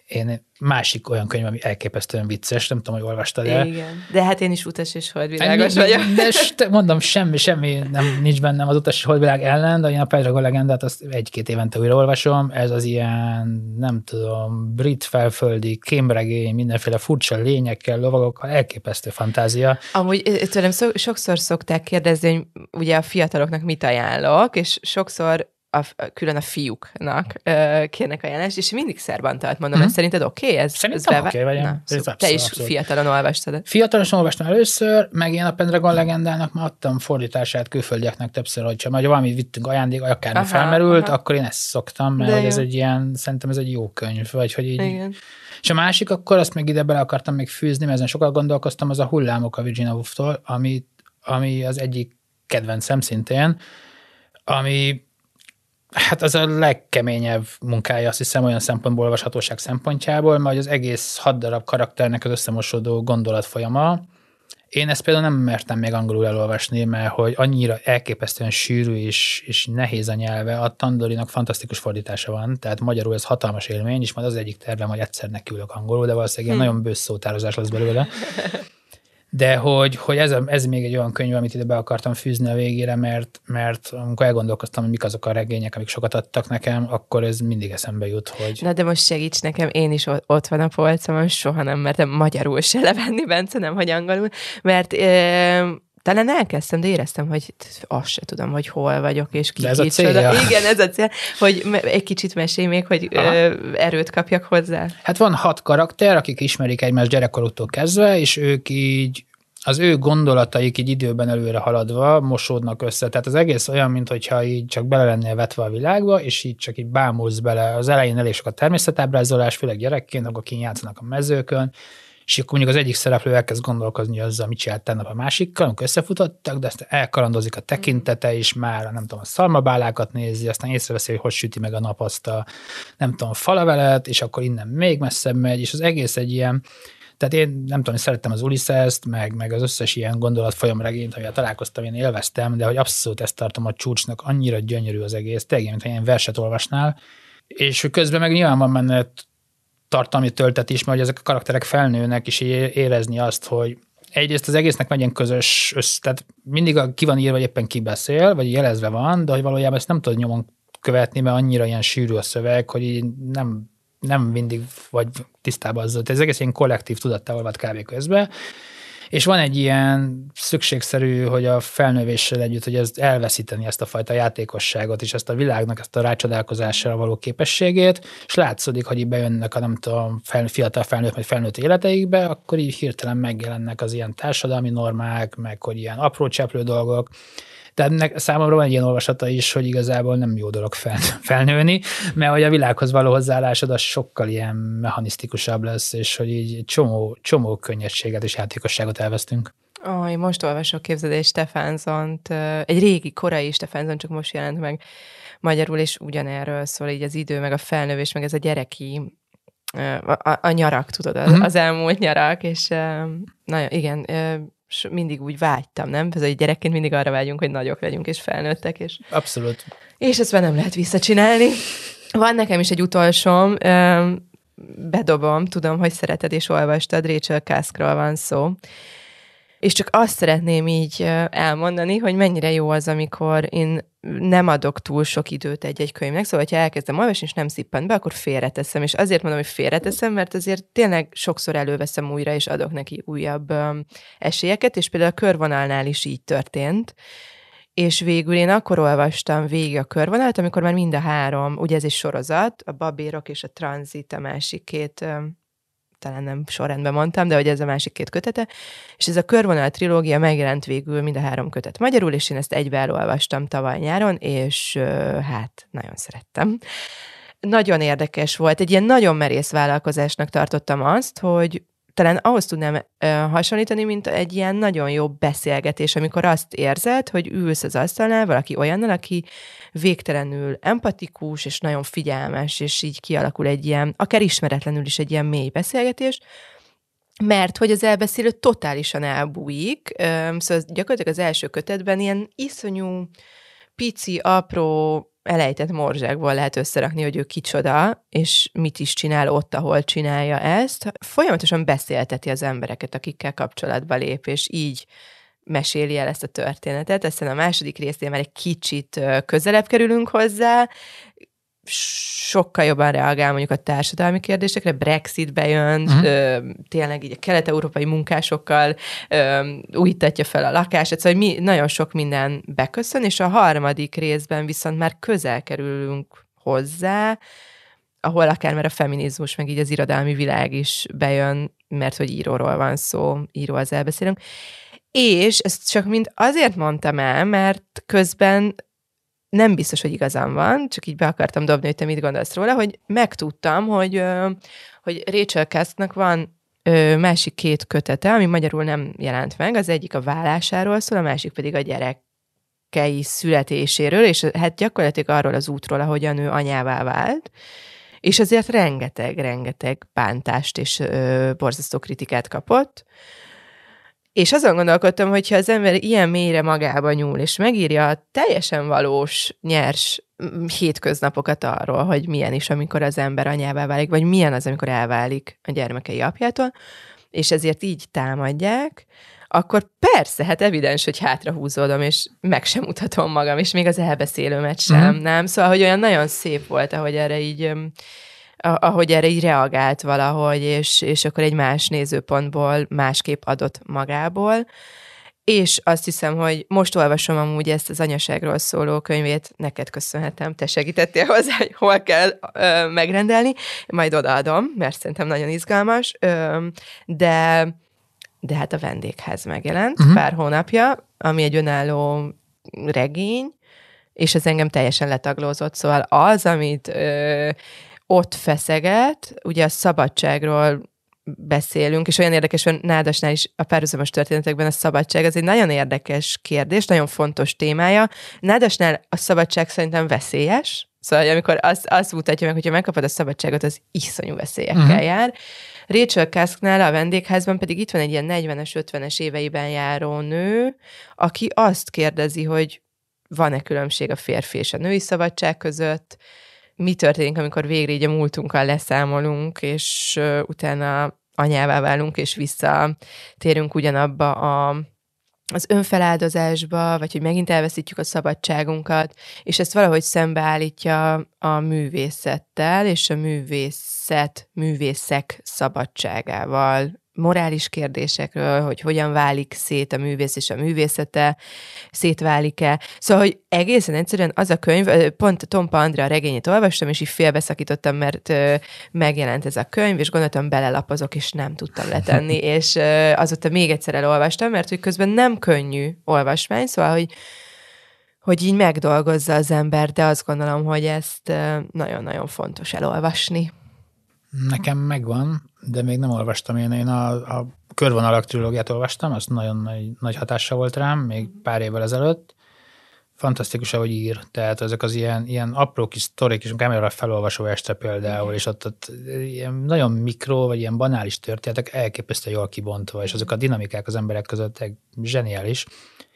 én másik olyan könyv, ami elképesztően vicces, nem tudom, hogy olvastad el. Igen, de hát én is utas és holdvilágos vagyok. De mondom, semmi, semmi nem, nincs bennem az utas és holdvilág ellen, de én a Pendragon legendát azt egy-két évente újra olvasom, ez az ilyen, nem tudom, brit felföldi kémregény, mindenféle furcsa lényekkel, lovagokkal, elképesztő fantázia. Amúgy tőlem sokszor szokták kérdezni, hogy ugye a fiataloknak mit ajánlok, és sokszor A, külön a fiúknak uh, kérnek ajánlást, és mindig Szerbantalt mondom, mm-hmm. szerinted oké? Okay? Ez, Szerintem ez oké, okay, vagy Na, szóval te is abszolút. Fiatalon olvastad. Fiatalon olvastam először, meg én a Pendragon legendának már adtam fordítását külföldieknek többször, hogyha majd valami vittünk ajándék, akármi aha, felmerült, aha. akkor én ezt szoktam, mert hogy ez egy ilyen, szerintem ez egy jó könyv, vagy hogy így. Igen. És a másik, akkor azt még ide bele akartam még fűzni, mert ezen sokat gondolkoztam, az a Hullámok a Virginia Woolftól, ami, ami az egyik kedvencem szintén, ami hát az a legkeményebb munkája, azt hiszem, olyan szempontból, olvashatóság szempontjából, mert az egész hat darab karakternek az összemosódó gondolatfolyama. Én ezt például nem mertem még angolul elolvasni, mert hogy annyira elképesztően sűrű és, és nehéz a nyelve, a Tandorinak fantasztikus fordítása van, tehát magyarul ez hatalmas élmény, és majd az egyik tervem, hogy egyszer nekiülök angolul, de valószínűleg hmm. nagyon bősz szótározás lesz belőle. De hogy, hogy ez, a, ez még egy olyan könyv, amit ide be akartam fűzni a végére, mert, mert amikor elgondolkoztam, hogy mik azok a regények, amik sokat adtak nekem, akkor ez mindig eszembe jut, hogy... Na de most segíts nekem, én is ott van a polcomon, soha nem mertem magyarul se levenni, Bence, nem, hogy angolul, mert... E- Talán elkezdtem, de éreztem, hogy azt se tudom, hogy hol vagyok, és ki ez a célja. Igen, ez a cél, hogy egy kicsit mesélj még, hogy aha. erőt kapjak hozzá. Hát van hat karakter, akik ismerik egymást gyerekkoruktól kezdve, és ők így, az ő gondolataik így időben előre haladva mosódnak össze. Tehát az egész olyan, mintha így csak bele lennél vetve a világba, és így csak így bámulsz bele. Az elején elég sok a természetábrázolás, főleg gyerekként, akkor kijátszanak a mezőkön, és akkor mondjuk az egyik szereplő elkezd gondolkozni azzal, mit csinált tegnap a másikkal, amikor összefutottak, de aztán elkalandozik a tekintete, és már nem tudom, a szalmabálákat nézi, aztán észreveszi, hogy hogy süti meg a nap azt a, nem tudom, falavelet, és akkor innen még messzebb megy, és az egész egy ilyen, tehát én nem tudom, én szerettem az Ulyssest, meg, meg az összes ilyen gondolatfolyamregényt, amivel találkoztam, én élveztem, de hogy abszolút ezt tartom a csúcsnak, annyira gyönyörű az egész, tényleg, mintha ilyen verset olvasnál, és közben meg nyilván van benne tartalmi töltet is, mert hogy ezek a karakterek felnőnek, és érezni azt, hogy egyrészt az egésznek megyen közös, össz, tehát mindig a, ki van írva, vagy éppen ki beszél, vagy jelezve van, de hogy valójában ezt nem tudod nyomon követni, mert annyira ilyen sűrű a szöveg, hogy így nem, nem mindig vagy tisztában azzal. Ez egész ilyen kollektív tudattával volt kávé közben. És van egy ilyen szükségszerű, hogy a felnővéssel együtt, hogy ezt elveszíteni ezt a fajta játékosságot, és ezt a világnak, ezt a rácsodálkozásra való képességét, és látszódik, hogy így bejönnek a nem tudom, fel, fiatal felnőtt, vagy felnőtt életeikbe, akkor így hirtelen megjelennek az ilyen társadalmi normák, meg hogy ilyen apró cseplő dolgok. Tehát ennek számomra van egy ilyen olvasata is, hogy igazából nem jó dolog fel, felnőni, mert hogy a világhoz való hozzáállásod az sokkal ilyen mechanisztikusabb lesz, és hogy így csomó, csomó könnyedséget és játékosságot elvesztünk. Ó, én most olvasok, képzeld egy Stefánzont, egy régi, korai Stefánzon, csak most jelent meg magyarul, és ugyanerről szól így az idő, meg a felnővés, meg ez a gyereki, a, a, a nyarak, tudod, az, uh-huh. az elmúlt nyarak, és nagyon, igen, mindig úgy vágytam, nem? Ez, hogy gyerekként mindig arra vágyunk, hogy nagyok legyünk és felnőttek. És... Abszolút. És ezt már nem lehet visszacsinálni. Van nekem is egy utolsóm, bedobom, tudom, hogy szereted és olvastad, Rachel Cuskról van szó. És csak azt szeretném így elmondani, hogy mennyire jó az, amikor én nem adok túl sok időt egy-egy könyvnek, szóval, ha elkezdem olvasni, és nem szippant be, akkor félreteszem. És azért mondom, hogy félreteszem, mert azért tényleg sokszor előveszem újra, és adok neki újabb um, esélyeket, és például a Körvonalnál is így történt. És végül én akkor olvastam végig a Körvonalat, amikor már mind a három, ugye ez egy sorozat, a Babérok és a Tranzit, a másik két... Um, talán nem sorrendben mondtam, de hogy ez a másik két kötete, és ez a Körvonal trilógia megjelent végül mind a három kötet magyarul, és én ezt egybe elolvastam tavaly nyáron, és hát nagyon szerettem. Nagyon érdekes volt, egy ilyen nagyon merész vállalkozásnak tartottam azt, hogy talán ahhoz tudnám uh, hasonlítani, mint egy ilyen nagyon jó beszélgetés, amikor azt érzed, hogy ülsz az asztalnál valaki olyannal, aki végtelenül empatikus, és nagyon figyelmes, és így kialakul egy ilyen, akár ismeretlenül is egy ilyen mély beszélgetés, mert hogy az elbeszélő totálisan elbújik, um, szóval gyakorlatilag az első kötetben ilyen iszonyú, pici, apró elejtett morzsákból lehet összerakni, hogy ő kicsoda, és mit is csinál ott, ahol csinálja ezt. Folyamatosan beszélteti az embereket, akikkel kapcsolatba lép, és így meséli el ezt a történetet. Aztán a második részén már egy kicsit közelebb kerülünk hozzá, sokkal jobban reagál mondjuk a társadalmi kérdésekre, Brexit bejön, uh-huh. ö, tényleg így a kelet-európai munkásokkal ö, újítatja fel a lakását, szóval mi, nagyon sok minden beköszön, és a harmadik részben viszont már közel kerülünk hozzá, ahol akár már a feminizmus, meg így az irodalmi világ is bejön, mert hogy íróról van szó, íróhoz elbeszélünk. És ezt csak mind azért mondtam el, mert közben nem biztos, hogy igazam van, csak így be akartam dobni, hogy te mit gondolsz róla, hogy megtudtam, hogy, hogy Rachel Cusknak van másik két kötete, ami magyarul nem jelent meg, az egyik a válásáról szól, a másik pedig a gyerekei születéséről, és hát gyakorlatilag arról az útról, ahogyan ő anyává vált, és azért rengeteg-rengeteg bántást és ö, borzasztó kritikát kapott. És azon gondolkodtam, hogyha az ember ilyen mélyre magába nyúl, és megírja a teljesen valós, nyers hétköznapokat arról, hogy milyen is, amikor az ember anyává válik, vagy milyen az, amikor elválik a gyermekei apjától, és ezért így támadják, akkor persze, hát evidens, hogy hátrahúzódom, és meg sem mutatom magam, és még az elbeszélőmet sem, mm. nem? Szóval, hogy olyan nagyon szép volt, ahogy erre így... ahogy erre így reagált valahogy, és, és akkor egy más nézőpontból másképp adott magából. És azt hiszem, hogy most olvasom amúgy ezt az anyaságról szóló könyvét, neked köszönhetem, te segítettél hozzá, hogy hol kell ö, megrendelni, majd odaadom, mert szerintem nagyon izgalmas, ö, de, de hát a Vendégház megjelent uh-huh. pár hónapja, ami egy önálló regény, és ez engem teljesen letaglózott, szóval az, amit... Ö, ott feszeget, ugye a szabadságról beszélünk, és olyan érdekes, hogy Nádasnál is a párhuzamos történetekben a szabadság, az egy nagyon érdekes kérdés, nagyon fontos témája. Nádasnál a szabadság szerintem veszélyes, szóval amikor azt, azt mutatja meg, hogyha megkapod a szabadságot, az iszonyú veszélyekkel uh-huh. jár. Rachel Cusknál a Vendégházban pedig itt van egy ilyen negyvenes, ötvenes éveiben járó nő, aki azt kérdezi, hogy van-e különbség a férfi és a női szabadság között, mi történik, amikor végre így a múltunkkal leszámolunk, és uh, utána anyává válunk, és visszatérünk ugyanabba a, az önfeláldozásba, vagy hogy megint elveszítjük a szabadságunkat, és ezt valahogy szembeállítja a művészettel, és a művészet, művészek szabadságával, morális kérdésekről, hogy hogyan válik szét a művész és a művészete, szétválik-e. Szóval, hogy egészen egyszerűen az a könyv, pont Tompa Andrea regényét olvastam, és így félbeszakítottam, mert megjelent ez a könyv, és gondoltam, belelapozok, és nem tudtam letenni, és azóta még egyszer elolvastam, mert hogy közben nem könnyű olvasmány, szóval, hogy hogy így megdolgozza az ember, de azt gondolom, hogy ezt nagyon-nagyon fontos elolvasni. Nekem megvan, de még nem olvastam. Én, én a, a Körvonalak trilógiát olvastam, az nagyon nagy, nagy hatással volt rám, még pár évvel ezelőtt. Fantasztikus, ahogy ír. Tehát ezek az ilyen, ilyen apró kis sztorik, és amikor felolvasó este például, és ott, ott ilyen nagyon mikro, vagy ilyen banális történetek elképesztően jól kibontva, és azok a dinamikák az emberek között zseniális.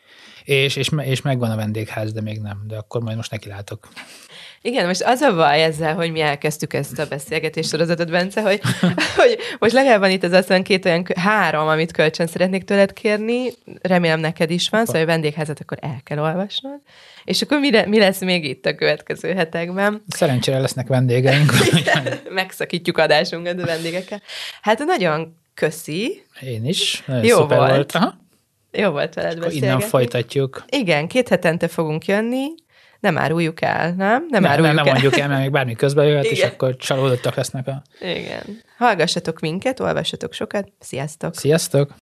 És, és, és megvan a Vendégház, de még nem. De akkor majd most nekilátok. Igen, most az a baj ezzel, hogy mi elkezdtük ezt a beszélgetés sorozatot, Bence, hogy, hogy most legalább van itt az aztán két olyan, három, amit kölcsön szeretnék tőled kérni, remélem neked is van, szóval a Vendégházat akkor el kell olvasnod, és akkor mi, mi lesz még itt a következő hetekben? Szerencsére lesznek vendégeink. Megszakítjuk adásunkat a vendégekkel. Hát nagyon köszi. Én is. Nagyon Jó szuper volt. volt. Aha. Jó volt veled beszélgetni. Innen folytatjuk. Igen, két hetente fogunk jönni. Nem áruljuk el, nem? Nem, nem áruljuk nem, nem mondjuk el, mert még bármi közben jöhet, és akkor csalódottak lesznek a... Igen. Hallgassatok minket, olvassatok sokat. Sziasztok! Sziasztok!